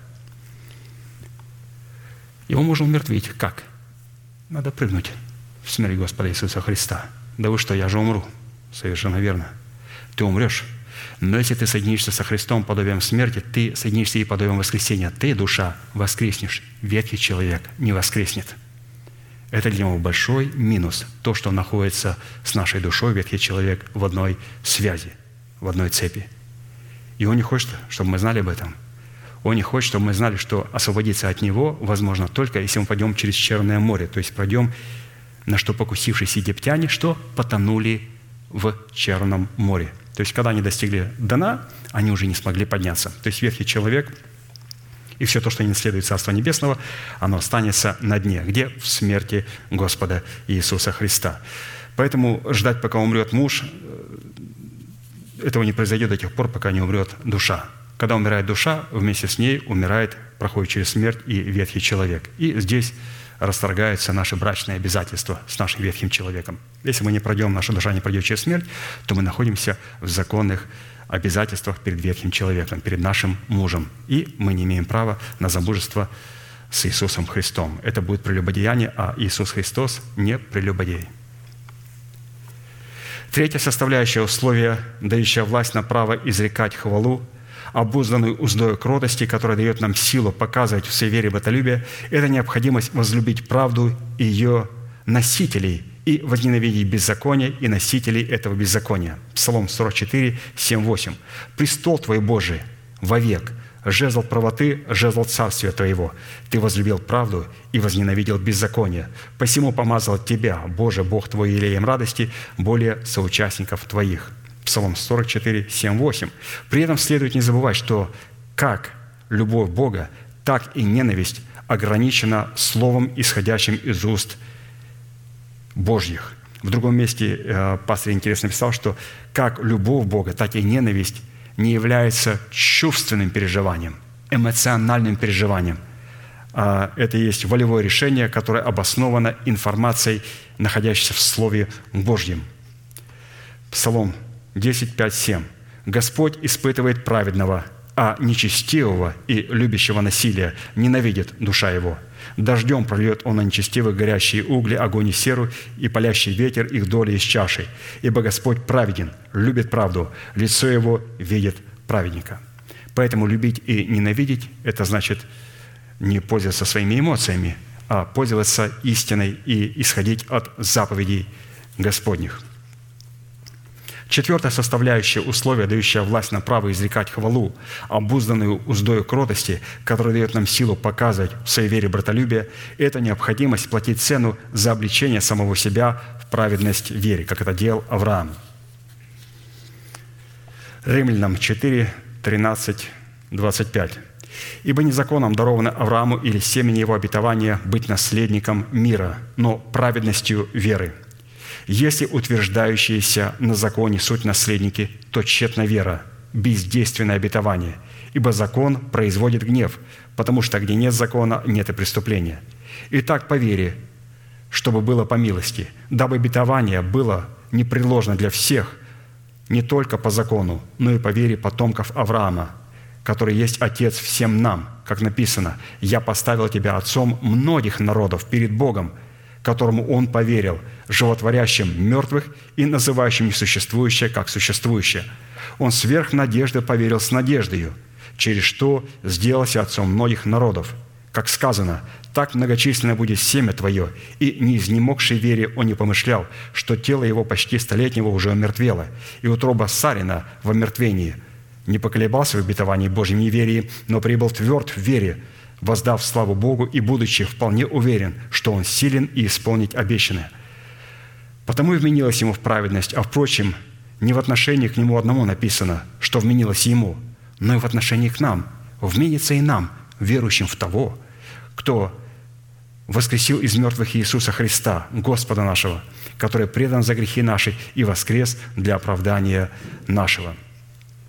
Его можно умертвить. Как? Надо прыгнуть в смерть Господа Иисуса Христа. Да вы что, я же умру. Совершенно верно. Ты умрешь. Но если ты соединишься со Христом подобием смерти, ты соединишься и подобием воскресения. Ты, душа, воскреснешь. Ветхий человек не воскреснет. Это для него большой минус. То, что он находится с нашей душой, ветхий человек, в одной связи, в одной цепи. И он не хочет, чтобы мы знали об этом. Он не хочет, чтобы мы знали, что освободиться от него возможно только, если мы пойдем через Черное море, то есть пройдем, на что покусившись египтяне, что потонули в Черном море. То есть, когда они достигли дна, они уже не смогли подняться. То есть, ветхий человек и все то, что не наследует Царства Небесного, оно останется на дне. Где? В смерти Господа Иисуса Христа. Поэтому ждать, пока умрет муж, этого не произойдет до тех пор, пока не умрет душа. Когда умирает душа, вместе с ней умирает, проходит через смерть и ветхий человек. И здесь расторгаются наши брачные обязательства с нашим ветхим человеком. Если мы не пройдем, наша душа не пройдет через смерть, то мы находимся в законных обязательствах перед ветхим человеком, перед нашим мужем. И мы не имеем права на замужество с Иисусом Христом. Это будет прелюбодеяние, а Иисус Христос не прелюбодей. Третья составляющая условия, дающая власть на право изрекать хвалу, обузданную уздою кротости, которая дает нам силу показывать в своей вере братолюбие, это необходимость возлюбить правду и ее носителей и возненавидеть беззаконие и носителей этого беззакония. Псалом 44, 7, 8. «Престол Твой, Божий, вовек, жезл правоты, жезл царствия Твоего. Ты возлюбил правду и возненавидел беззаконие. Посему помазал Тебя, Боже, Бог Твой, елеем радости, более соучастников Твоих». Псалом 44, 7, 8. При этом следует не забывать, что как любовь Бога, так и ненависть ограничена словом, исходящим из уст Божьих. В другом месте пастор интересно писал, что как любовь Бога, так и ненависть не является чувственным переживанием, эмоциональным переживанием. Это и есть волевое решение, которое обосновано информацией, находящейся в Слове Божьем. Псалом 10, 5, 7. «Господь испытывает праведного, а нечестивого и любящего насилия ненавидит душа его. Дождем прольет он на нечестивых горящие угли, огонь и серу, и палящий ветер их доли из чаши. Ибо Господь праведен, любит правду, лицо его видит праведника». Поэтому любить и ненавидеть – это значит не пользоваться своими эмоциями, а пользоваться истиной и исходить от заповедей Господних. Четвертая составляющая условия, дающая власть на право изрекать хвалу, обузданную уздою кротости, которая дает нам силу показывать в своей вере братолюбие, это необходимость платить цену за обличение самого себя в праведность вере, как это делал Авраам. Римлянам 4, 13, 25. «Ибо не законом даровано Аврааму или семени его обетования быть наследником мира, но праведностью веры. Если утверждающиеся на законе суть наследники, то тщетна вера, бездейственное обетование, ибо закон производит гнев, потому что где нет закона, нет и преступления. Итак, по вере, чтобы было по милости, дабы обетование было непреложно для всех, не только по закону, но и по вере потомков Авраама, который есть Отец всем нам, как написано: «Я поставил тебя отцом многих народов перед Богом, которому он поверил, животворящим мертвых и называющим несуществующее как существующее. Он сверх надежды поверил с надеждою, через что сделался отцом многих народов. Как сказано: так многочисленно будет семя твое, и не изнемогшей вере он не помышлял, что тело его почти столетнего уже омертвело, и утроба Сарина в омертвении. Не поколебался в обетовании Божьем неверии, но прибыл тверд в вере, воздав славу Богу и будучи вполне уверен, что он силен и исполнить обещанное. Потому и вменилось ему в праведность, а, впрочем, не в отношении к нему одному написано, что вменилось ему, но и в отношении к нам. Вменится и нам, верующим в того, кто воскресил из мертвых Иисуса Христа, Господа нашего, который предан за грехи наши и воскрес для оправдания нашего».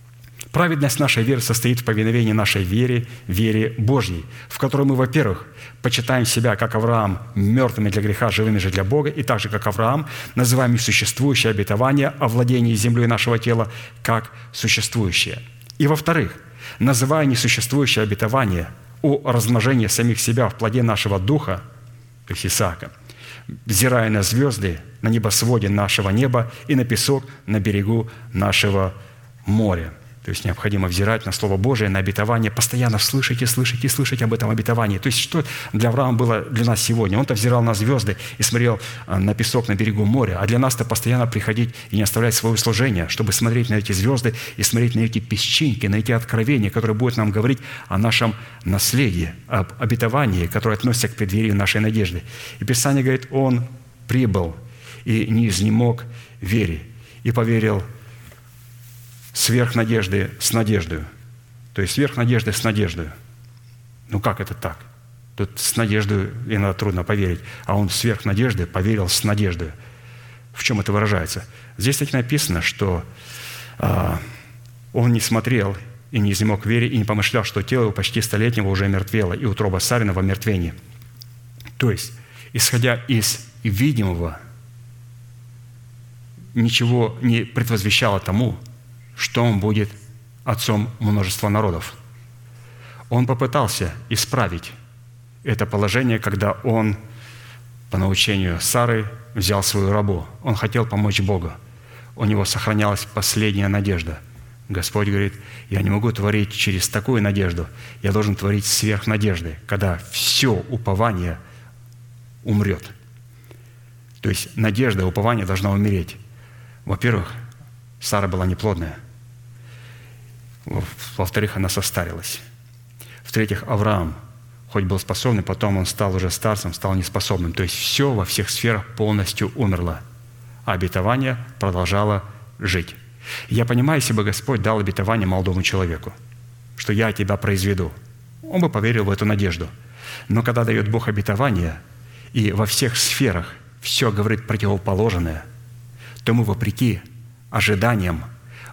Праведность нашей веры состоит в повиновении нашей вере Божьей, в которой мы, во-первых, почитаем себя, как Авраам, мертвыми для греха, живыми же для Бога, и так же, как Авраам, называем несуществующее обетование о владении землей нашего тела как существующее. И, во-вторых, называя несуществующее обетование о размножении самих себя в плоде нашего духа, то есть Исаака, взирая на звезды, на небосводе нашего неба и на песок на берегу нашего моря. То есть необходимо взирать на Слово Божие, на обетование, постоянно слышать об этом обетовании. То есть что для Авраама было для нас сегодня? Он-то взирал на звезды и смотрел на песок на берегу моря, а для нас-то постоянно приходить и не оставлять свое служение, чтобы смотреть на эти звезды и смотреть на эти песчинки, на эти откровения, которые будут нам говорить о нашем наследии, об обетовании, которое относится к преддверию нашей надежды. И Писание говорит, он прибыл и не изнемог вере, и поверил сверх надежды с надеждой. То есть сверх надежды с надеждой. Ну как это так? Тут с надеждой иногда трудно поверить, а он сверх надежды поверил с надеждой. В чем это выражается? Здесь таки написано, что он не смотрел и не изнемог вере, и не помышлял, что тело его почти столетнего уже мертвело, и утроба Сарина во мертвении. То есть, исходя из видимого, ничего не предвозвещало тому, что он будет отцом множества народов. Он попытался исправить это положение, когда он, по научению Сары, взял свою рабу. Он хотел помочь Богу. У него сохранялась последняя надежда. Господь говорит, я не могу творить через такую надежду, я должен творить сверх надежды, когда все упование умрет. То есть надежда, упование должна умереть. Во-первых, Сара была неплодная. Во-вторых, она состарилась. В-третьих, Авраам, хоть был способный, потом он стал уже старцем, стал неспособным. То есть все во всех сферах полностью умерло, а обетование продолжало жить. Я понимаю, если бы Господь дал обетование молодому человеку, что я тебя произведу, он бы поверил в эту надежду. Но когда дает Бог обетование, и во всех сферах все говорит противоположное, то мы вопреки ожиданиям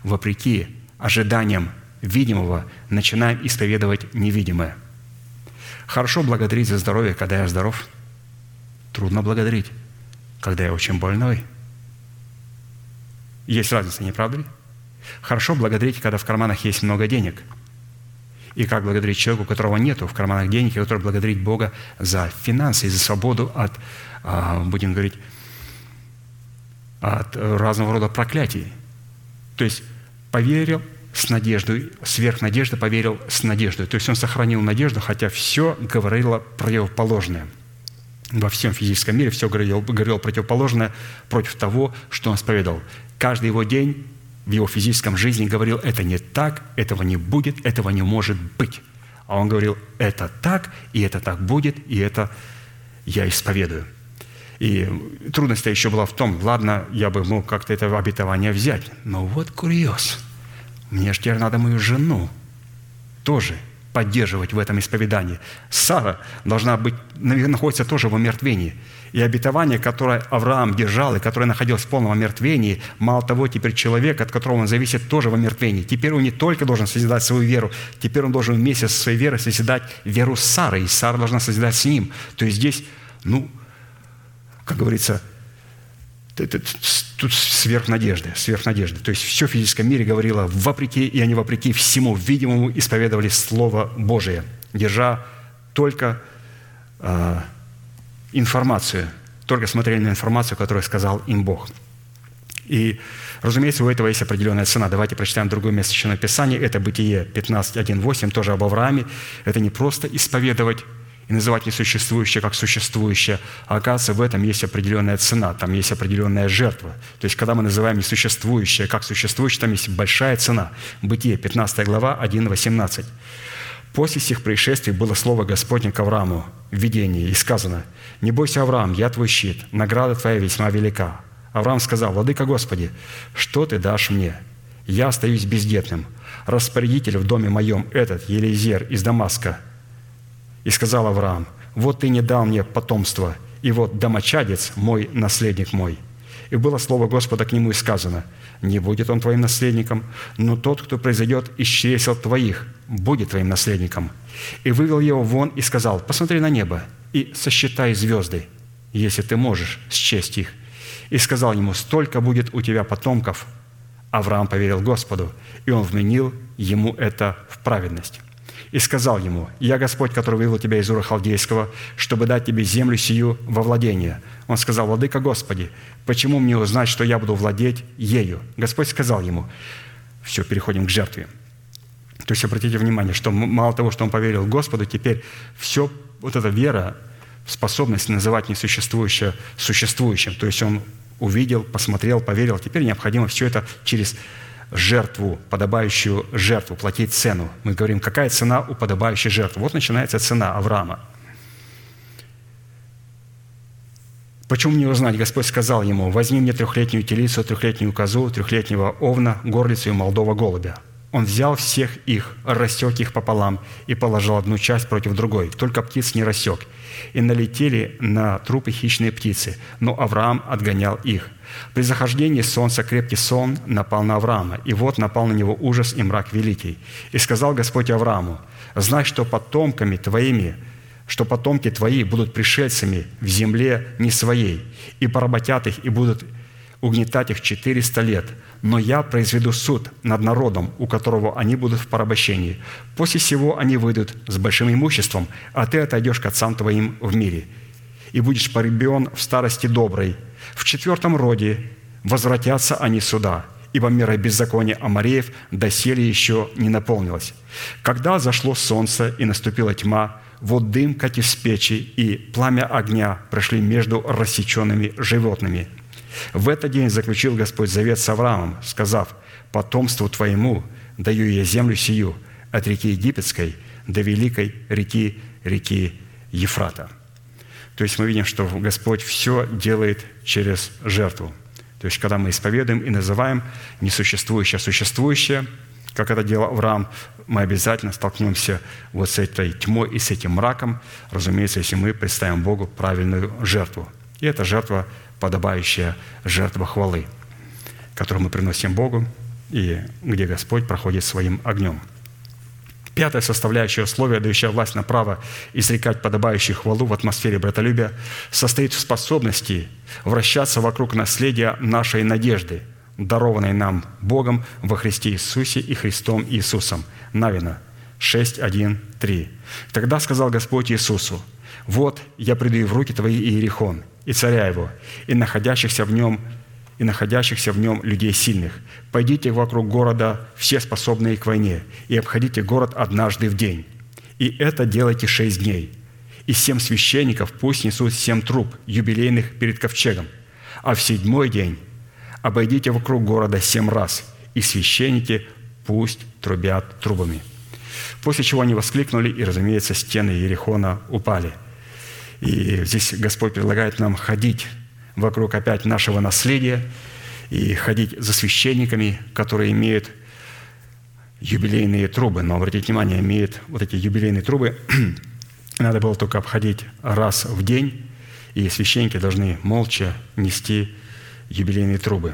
видимого начинаем исповедовать невидимое. Хорошо благодарить за здоровье, когда я здоров. Трудно благодарить, когда я очень больной. Есть разница, не правда ли? Хорошо благодарить, когда в карманах есть много денег. И как благодарить человеку, у которого нету в карманах денег, и который благодарит Бога за финансы и за свободу от, будем говорить, от разного рода проклятий. То есть поверил с надеждой, сверх надежды поверил с надеждой. То есть он сохранил надежду, хотя все говорило противоположное. Во всем физическом мире все говорило противоположное против того, что он исповедовал. Каждый его день в его физическом жизни говорил, это не так, этого не будет, этого не может быть. А он говорил, это так, и это так будет, и это я исповедую. И трудность еще была в том, ладно, я бы мог как-то это обетование взять, но вот курьез. Мне же теперь надо мою жену тоже поддерживать в этом исповедании. Сара должна быть, находится тоже в омертвении. И обетование, которое Авраам держал, и которое находилось в полном омертвении, мало того, теперь человек, от которого он зависит, тоже в омертвении. Теперь он не только должен созидать свою веру, теперь он должен вместе со своей верой созидать веру Сары, и Сара должна созидать с ним. То есть здесь, как говорится, тут сверх надежды. То есть все в физическом мире говорило вопреки, и они вопреки всему видимому исповедовали Слово Божие, держа только информацию, только смотрели на информацию, которую сказал им Бог. И, разумеется, у этого есть определенная цена. Давайте прочитаем другое место Священного Писания. Это Бытие 15:1-8, тоже об Аврааме. Это не просто исповедовать и называть несуществующее как существующее, а оказывается, в этом есть определенная цена, там есть определенная жертва. То есть, когда мы называем несуществующее как существующее, там есть большая цена. Бытие, 15 глава, 1-18. «После сих происшествий было слово Господне к Аврааму в видении, и сказано, «Не бойся, Авраам, я твой щит, награда твоя весьма велика». Авраам сказал, «Владыка Господи, что ты дашь мне? Я остаюсь бездетным. Распорядитель в доме моем этот, Елизер из Дамаска». И сказал Авраам, «Вот ты не дал мне потомства, и вот домочадец мой, наследник мой». И было слово Господа к нему и сказано: не будет он твоим наследником, но тот, кто произойдет из чресел твоих, будет твоим наследником. И вывел его вон и сказал: посмотри на небо и сосчитай звезды, если ты можешь счесть их. И сказал ему: столько будет у тебя потомков. Авраам поверил Господу, и он вменил ему это в праведность. И сказал ему: «Я Господь, который вывел тебя из Ура Халдейского, чтобы дать тебе землю сию во владение». Он сказал: «Владыка Господи, почему мне узнать, что я буду владеть ею?» Господь сказал ему: все, переходим к жертве. То есть обратите внимание, что мало того, что он поверил Господу, теперь все вот эта вера, способность называть несуществующее существующим. То есть он увидел, посмотрел, поверил. Теперь необходимо все это через жертву, подобающую жертву, платить цену. Мы говорим, какая цена у подобающей жертвы. Вот начинается цена Авраама. Почему мне узнать? Господь сказал ему: возьми мне 3-летнюю телицу, 3-летнюю козу, 3-летнего овна, горлицу и молодого голубя. Он взял всех их, рассек их пополам и положил одну часть против другой, только птиц не рассек. И налетели на трупы хищные птицы, но Авраам отгонял их. При захождении солнца крепкий сон напал на Авраама, и вот напал на него ужас и мрак великий. И сказал Господь Аврааму: знай, что потомки твои будут пришельцами в земле не своей, и поработят их, и будут угнетать их 400 лет. Но я произведу суд над народом, у которого они будут в порабощении. После сего они выйдут с большим имуществом, а ты отойдешь к отцам твоим в мире, и будешь порабощен в старости доброй. В 4-м роде возвратятся они сюда, ибо мера беззакония Амореев доселе еще не наполнилась. Когда зашло солнце и наступила тьма, вот дым, как из печи, и пламя огня прошли между рассеченными животными. В этот день заключил Господь завет с Авраамом, сказав: потомству твоему даю я землю сию от реки Египетской до великой реки Ефрата. То есть мы видим, что Господь все делает через жертву. То есть когда мы исповедуем и называем несуществующее существующее, как это делал Авраам, мы обязательно столкнемся вот с этой тьмой и с этим мраком, разумеется, если мы представим Богу правильную жертву. И это жертва, подобающая жертва хвалы, которую мы приносим Богу, и где Господь проходит своим огнем. 5-я составляющая условия, дающая власть на право изрекать подобающую хвалу в атмосфере братолюбия, состоит в способности вращаться вокруг наследия нашей надежды, дарованной нам Богом во Христе Иисусе и Христом Иисусом. Навина 6:1-3. «Тогда сказал Господь Иисусу: вот я предаю в руки твои Иерихон и царя его, и находящихся в нем людей сильных. Пойдите вокруг города, все способные к войне, и обходите город однажды в день. И это делайте 6 дней. И 7 священников пусть несут 7 труб юбилейных перед ковчегом. А в 7-й день обойдите вокруг города 7 раз, и священники пусть трубят трубами». После чего они воскликнули, и, разумеется, стены Иерихона упали. И здесь Господь предлагает нам ходить вокруг опять нашего наследия и ходить за священниками, которые имеют юбилейные трубы. Но, обратите внимание, имеют вот эти юбилейные трубы. Надо было только обходить раз в день, и священники должны молча нести юбилейные трубы.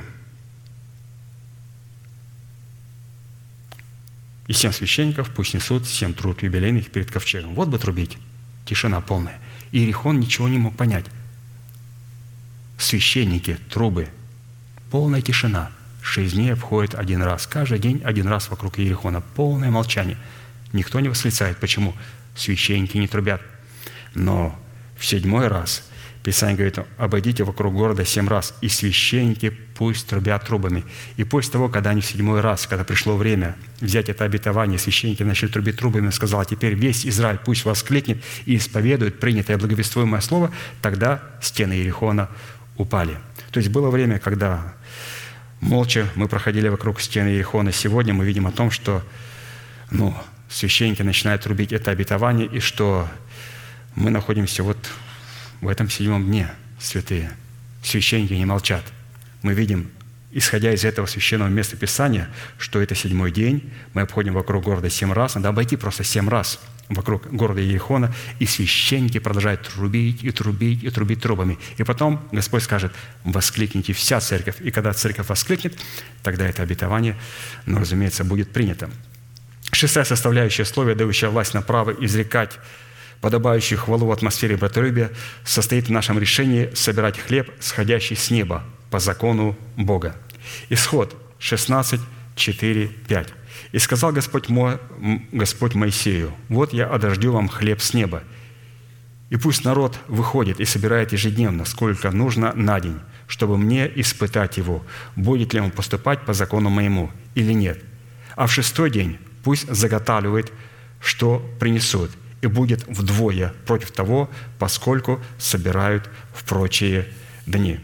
И 7 священников пусть несут 7 труб юбилейных перед ковчегом. Вот бы трубить. Тишина полная. Иерихон ничего не мог понять. Священники, трубы, полная тишина. 6 дней обходят 1 раз. Каждый день 1 раз вокруг Иерихона. Полное молчание. Никто не восклицает. Почему? Священники не трубят. Но в 7-й раз Писание говорит: обойдите вокруг города 7 раз, и священники пусть трубят трубами. И после того, когда они в 7-й раз, когда пришло время взять это обетование, священники начали трубить трубами, он сказал: а теперь весь Израиль пусть воскликнет и исповедует принятое благовествуемое слово, тогда стены Иерихона упали. То есть было время, когда молча мы проходили вокруг стены Иерихона. Сегодня мы видим о том, что священники начинают трубить это обетование, и что мы находимся вот в этом 7-м дне, святые. Священники не молчат. Мы видим, исходя из этого священного места Писания, что это 7-й день, мы обходим вокруг города 7 раз, надо обойти просто 7 раз. вокруг города Иерихона, и священники продолжают трубить и трубить и трубить трубами. И потом Господь скажет: воскликните вся церковь. И когда церковь воскликнет, тогда это обетование, разумеется, будет принято. Шестая составляющая словия, дающая власть на право изрекать подобающую хвалу в атмосфере братолюбия, состоит в нашем решении собирать хлеб, сходящий с неба, по закону Бога. Исход 16, 4, 5. «И сказал Господь Моисею: вот я одождю вам хлеб с неба, и пусть народ выходит и собирает ежедневно, сколько нужно на день, чтобы мне испытать его, будет ли он поступать по закону моему или нет. А в шестой день пусть заготавливает, что принесут, и будет вдвое против того, поскольку собирают в прочие дни».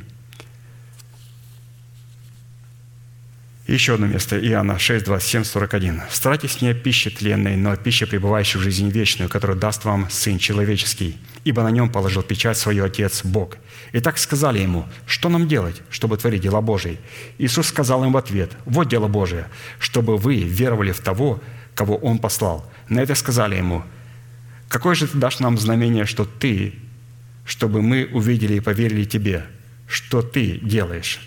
Еще одно место, Иоанна 6, 27, 41. «Старайтесь не о пище тленной, но о пище, пребывающей в жизнь вечную, которую даст вам Сын Человеческий, ибо на нем положил печать свою Отец Бог. И так сказали ему: что нам делать, чтобы творить дела Божии? Иисус сказал им в ответ: вот дело Божие, чтобы вы веровали в того, кого Он послал. На это сказали ему: какое же ты дашь нам знамение, чтобы мы увидели и поверили тебе, что ты делаешь?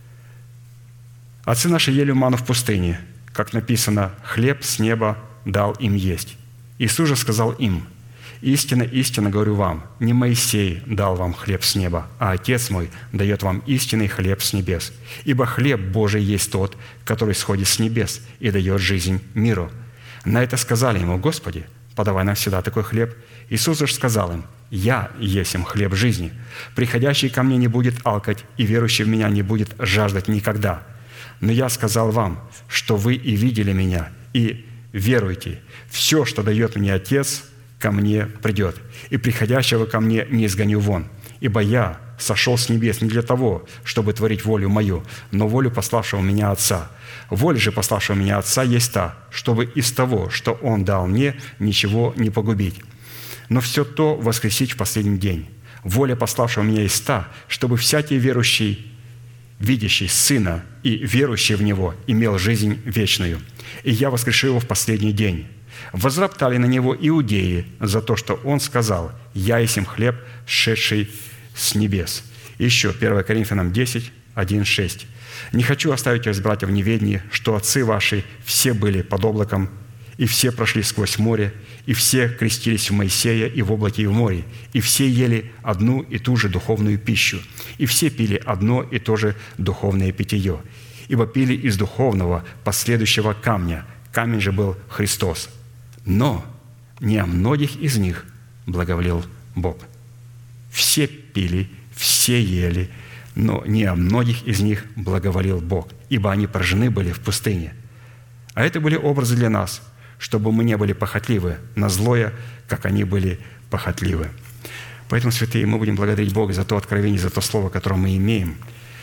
Отцы наши ели ману в пустыне, как написано: хлеб с неба дал им есть. Иисус же сказал им: истинно, истинно говорю вам, не Моисей дал вам хлеб с неба, а Отец мой дает вам истинный хлеб с небес. Ибо хлеб Божий есть тот, который сходит с небес и дает жизнь миру. На это сказали ему: Господи, подавай нам всегда такой хлеб. Иисус же сказал им: я есть им хлеб жизни. Приходящий ко мне не будет алкать, и верующий в меня не будет жаждать никогда. Но я сказал вам, что вы и видели меня, и веруйте. Все, что дает мне Отец, ко мне придет, и приходящего ко мне не изгоню вон. Ибо я сошел с небес не для того, чтобы творить волю мою, но волю пославшего меня Отца. Воля же пославшего меня Отца есть та, чтобы из того, что Он дал мне, ничего не погубить, но все то воскресить в последний день. Воля пославшего меня есть та, чтобы всякий верующий, видящий Сына и верующий в Него, имел жизнь вечную. И я воскрешу Его в последний день. Возроптали на Него иудеи за то, что Он сказал: я есть им хлеб, сшедший с небес». И еще 1 Коринфянам 10, 1, 6. «Не хочу оставить вас, братья, в неведении, что отцы ваши все были под облаком, и все прошли сквозь море, и все крестились в Моисея и в облаке и в море, и все ели одну и ту же духовную пищу, и все пили одно и то же духовное питье, ибо пили из духовного последующего камня. Камень же был Христос. Но не о многих из них благоволил Бог». Все пили, все ели, но не о многих из них благоволил Бог, ибо они поражены были в пустыне. А это были образы для нас, чтобы мы не были похотливы на злое, как они были похотливы. Поэтому, святые, мы будем благодарить Бога за то откровение, за то слово, которое мы имеем,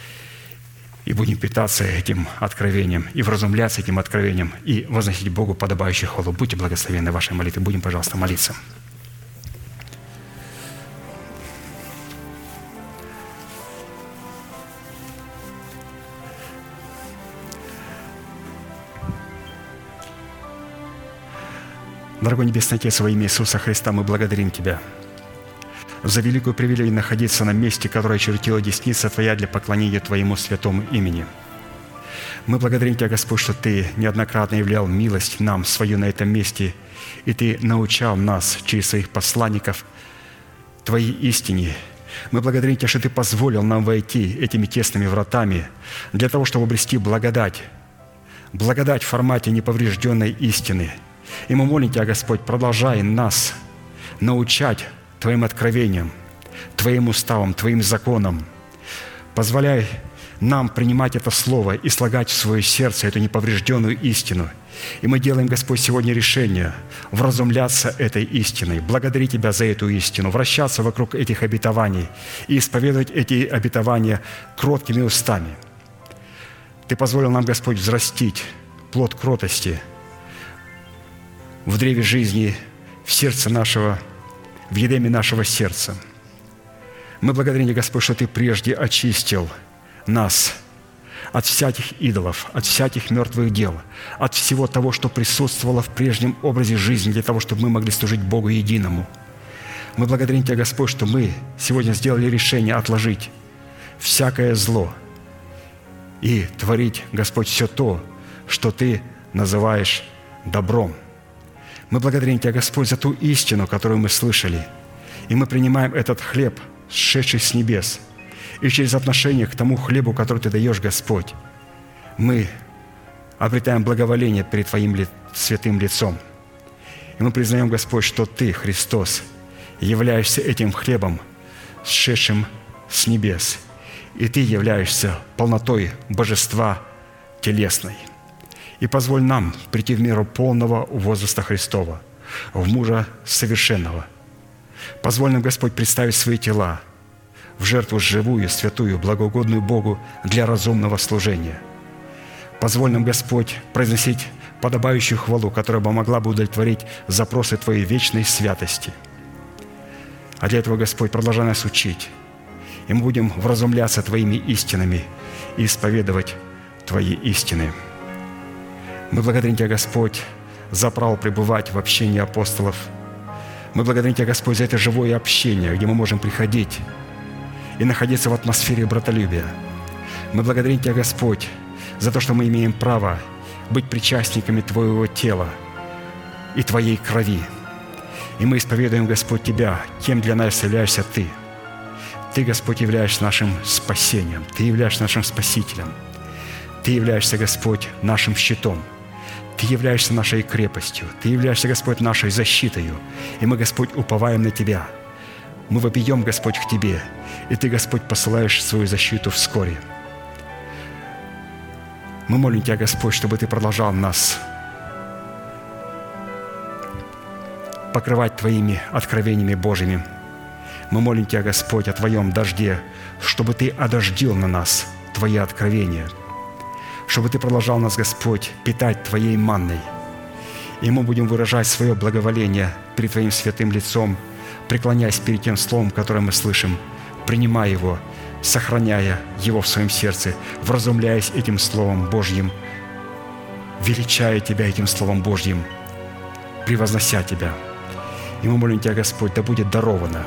и будем питаться этим откровением, и вразумляться этим откровением, и возносить Богу подобающую хвалу. Будьте благословенны в вашей молитве. Будем, пожалуйста, молиться. Дорогой Небесный Отец, во имя Иисуса Христа мы благодарим Тебя за великую привилегию находиться на месте, которое чертила десница Твоя для поклонения Твоему святому имени. Мы благодарим Тебя, Господь, что Ты неоднократно являл милость нам свою на этом месте, и Ты научал нас через своих посланников Твоей истине. Мы благодарим Тебя, что Ты позволил нам войти этими тесными вратами для того, чтобы обрести благодать в формате неповрежденной истины. И мы молим Тебя, Господь, продолжай нас научать Твоим откровениям, Твоим уставам, Твоим законам. Позволяй нам принимать это Слово и слагать в свое сердце эту неповрежденную истину. И мы делаем, Господь, сегодня решение вразумляться этой истиной, благодарить Тебя за эту истину, вращаться вокруг этих обетований и исповедовать эти обетования кроткими устами. Ты позволил нам, Господь, взрастить плод кротости в древе жизни, в сердце нашего, в едеме нашего сердца. Мы благодарим Тебя, Господь, что Ты прежде очистил нас от всяких идолов, от всяких мертвых дел, от всего того, что присутствовало в прежнем образе жизни, для того, чтобы мы могли служить Богу единому. Мы благодарим Тебя, Господь, что мы сегодня сделали решение отложить всякое зло и творить, Господь, все то, что Ты называешь добром. Мы благодарим Тебя, Господь, за ту истину, которую мы слышали, и мы принимаем этот хлеб, сшедший с небес, и через отношение к тому хлебу, который Ты даешь, Господь, мы обретаем благоволение перед Твоим святым лицом. И мы признаем, Господь, что Ты, Христос, являешься этим хлебом, сшедшим с небес, и Ты являешься полнотой божества телесной. И позволь нам прийти в меру полного возраста Христова, в мужа совершенного. Позволь нам, Господь, представить свои тела в жертву живую, святую, благоугодную Богу для разумного служения. Позволь нам, Господь, произносить подобающую хвалу, которая бы могла бы удовлетворить запросы Твоей вечной святости. А для этого, Господь, продолжай нас учить, и мы будем вразумляться Твоими истинами и исповедовать Твои истины. Мы благодарим Тебя, Господь, за право пребывать в общении апостолов. Мы благодарим Тебя, Господь, за это живое общение, где мы можем приходить и находиться в атмосфере братолюбия. Мы благодарим Тебя, Господь, за то, что мы имеем право быть причастниками Твоего тела и Твоей крови. И мы исповедуем, Господь, Тебя, кем для нас являешься Ты. Ты, Господь, являешься нашим спасением, Ты являешься нашим Спасителем. Ты являешься, Господь, нашим щитом. Ты являешься нашей крепостью. Ты являешься, Господь, нашей защитою. И мы, Господь, уповаем на Тебя. Мы вопием, Господь, к Тебе, и Ты, Господь, посылаешь свою защиту вскоре. Мы молим Тебя, Господь, чтобы Ты продолжал нас покрывать Твоими откровениями Божьими. Мы молим Тебя, Господь, о Твоем дожде, чтобы Ты одождил на нас Твои откровения, чтобы Ты продолжал нас, Господь, питать Твоей манной. И мы будем выражать свое благоволение перед Твоим святым лицом, преклоняясь перед тем словом, которое мы слышим, принимая его, сохраняя его в своем сердце, вразумляясь этим Словом Божьим, величая Тебя этим Словом Божьим, превознося Тебя. И мы молим Тебя, Господь, да будет даровано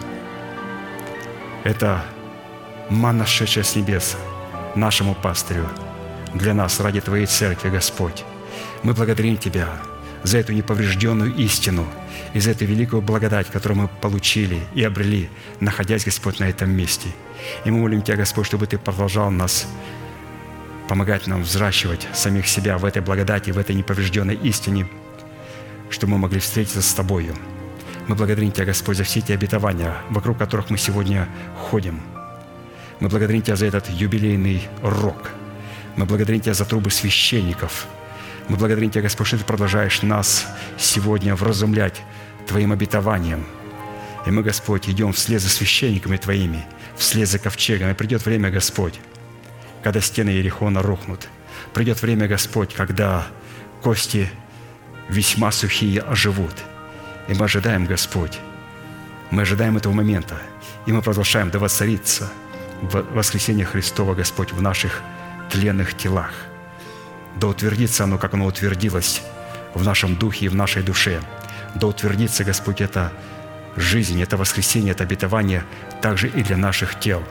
это манна, шедшая с небес, нашему пастырю, для нас, ради Твоей церкви, Господь. Мы благодарим Тебя за эту неповрежденную истину и за эту великую благодать, которую мы получили и обрели, находясь, Господь, на этом месте. И мы молим Тебя, Господь, чтобы Ты продолжал нас, помогать нам взращивать самих себя в этой благодати, в этой неповрежденной истине, чтобы мы могли встретиться с Тобою. Мы благодарим Тебя, Господь, за все эти обетования, вокруг которых мы сегодня ходим. Мы благодарим Тебя за этот юбилейный рок. Мы благодарим Тебя за трубы священников. Мы благодарим Тебя, Господь, что Ты продолжаешь нас сегодня вразумлять Твоим обетованием. И мы, Господь, идем вслед за священниками Твоими, вслед за ковчегом. И придет время, Господь, когда стены Иерихона рухнут. Придет время, Господь, когда кости весьма сухие оживут. И мы ожидаем, Господь, мы ожидаем этого момента, и мы продолжаем да воцарится воскресение Христова, Господь, в наших тленных телах. Да утвердится оно, как оно утвердилось в нашем духе и в нашей душе. Да утвердится, Господь, эта жизнь, это воскресение, это обетование также и для наших тел.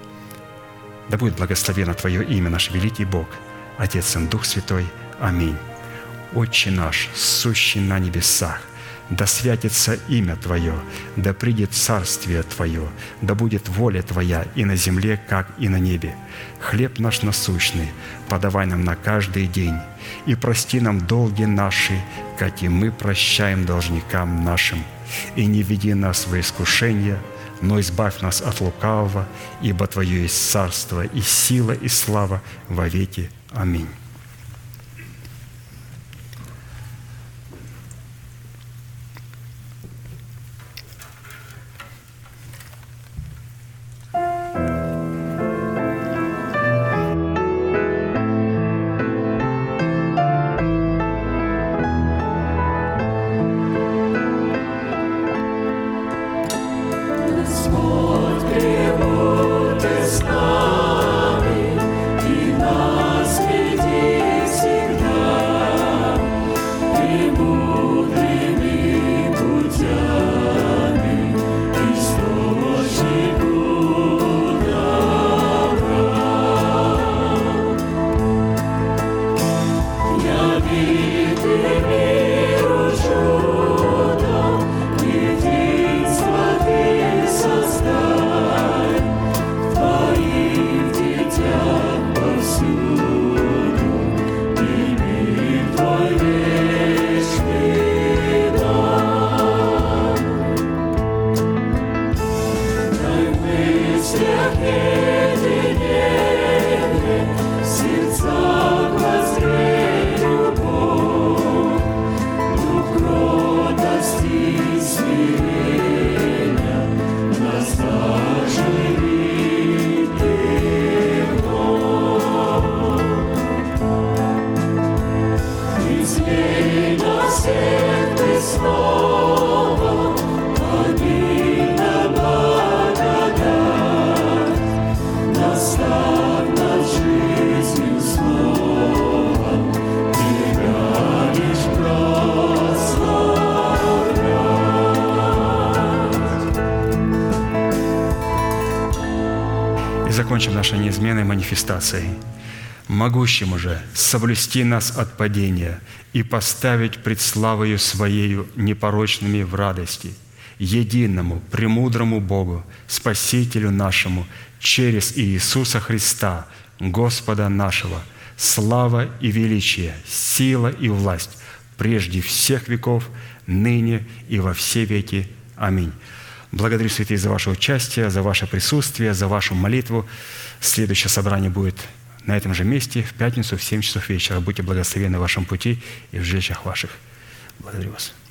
Да будет благословено Твое имя, наш великий Бог, Отец, Сын, Дух Святой. Аминь. Отче наш, сущий на небесах, да святится имя Твое, да придет царствие Твое, да будет воля Твоя и на земле, как и на небе. Хлеб наш насущный подавай нам на каждый день, и прости нам долги наши, как и мы прощаем должникам нашим. И не веди нас во искушение, но избавь нас от лукавого, ибо Твое есть царство, и сила, и слава во веки. Аминь. Господь, пребудь с нами, и нас всех Ты снова, обильна благодать, наставь нас жизнью словом, Тебя лишь прославлять. И закончим нашей неизменной манифестацией. Могущему же соблюсти нас от падения и поставить пред славою Своею непорочными в радости, единому, премудрому Богу, Спасителю нашему, через Иисуса Христа, Господа нашего, слава и величие, сила и власть прежде всех веков, ныне и во все веки. Аминь. Благодарю, святые, за ваше участие, за ваше присутствие, за вашу молитву. Следующее собрание будет на этом же месте в пятницу в 7 часов вечера. Будьте благословенны в вашем пути и в жилищах ваших. Благодарю вас.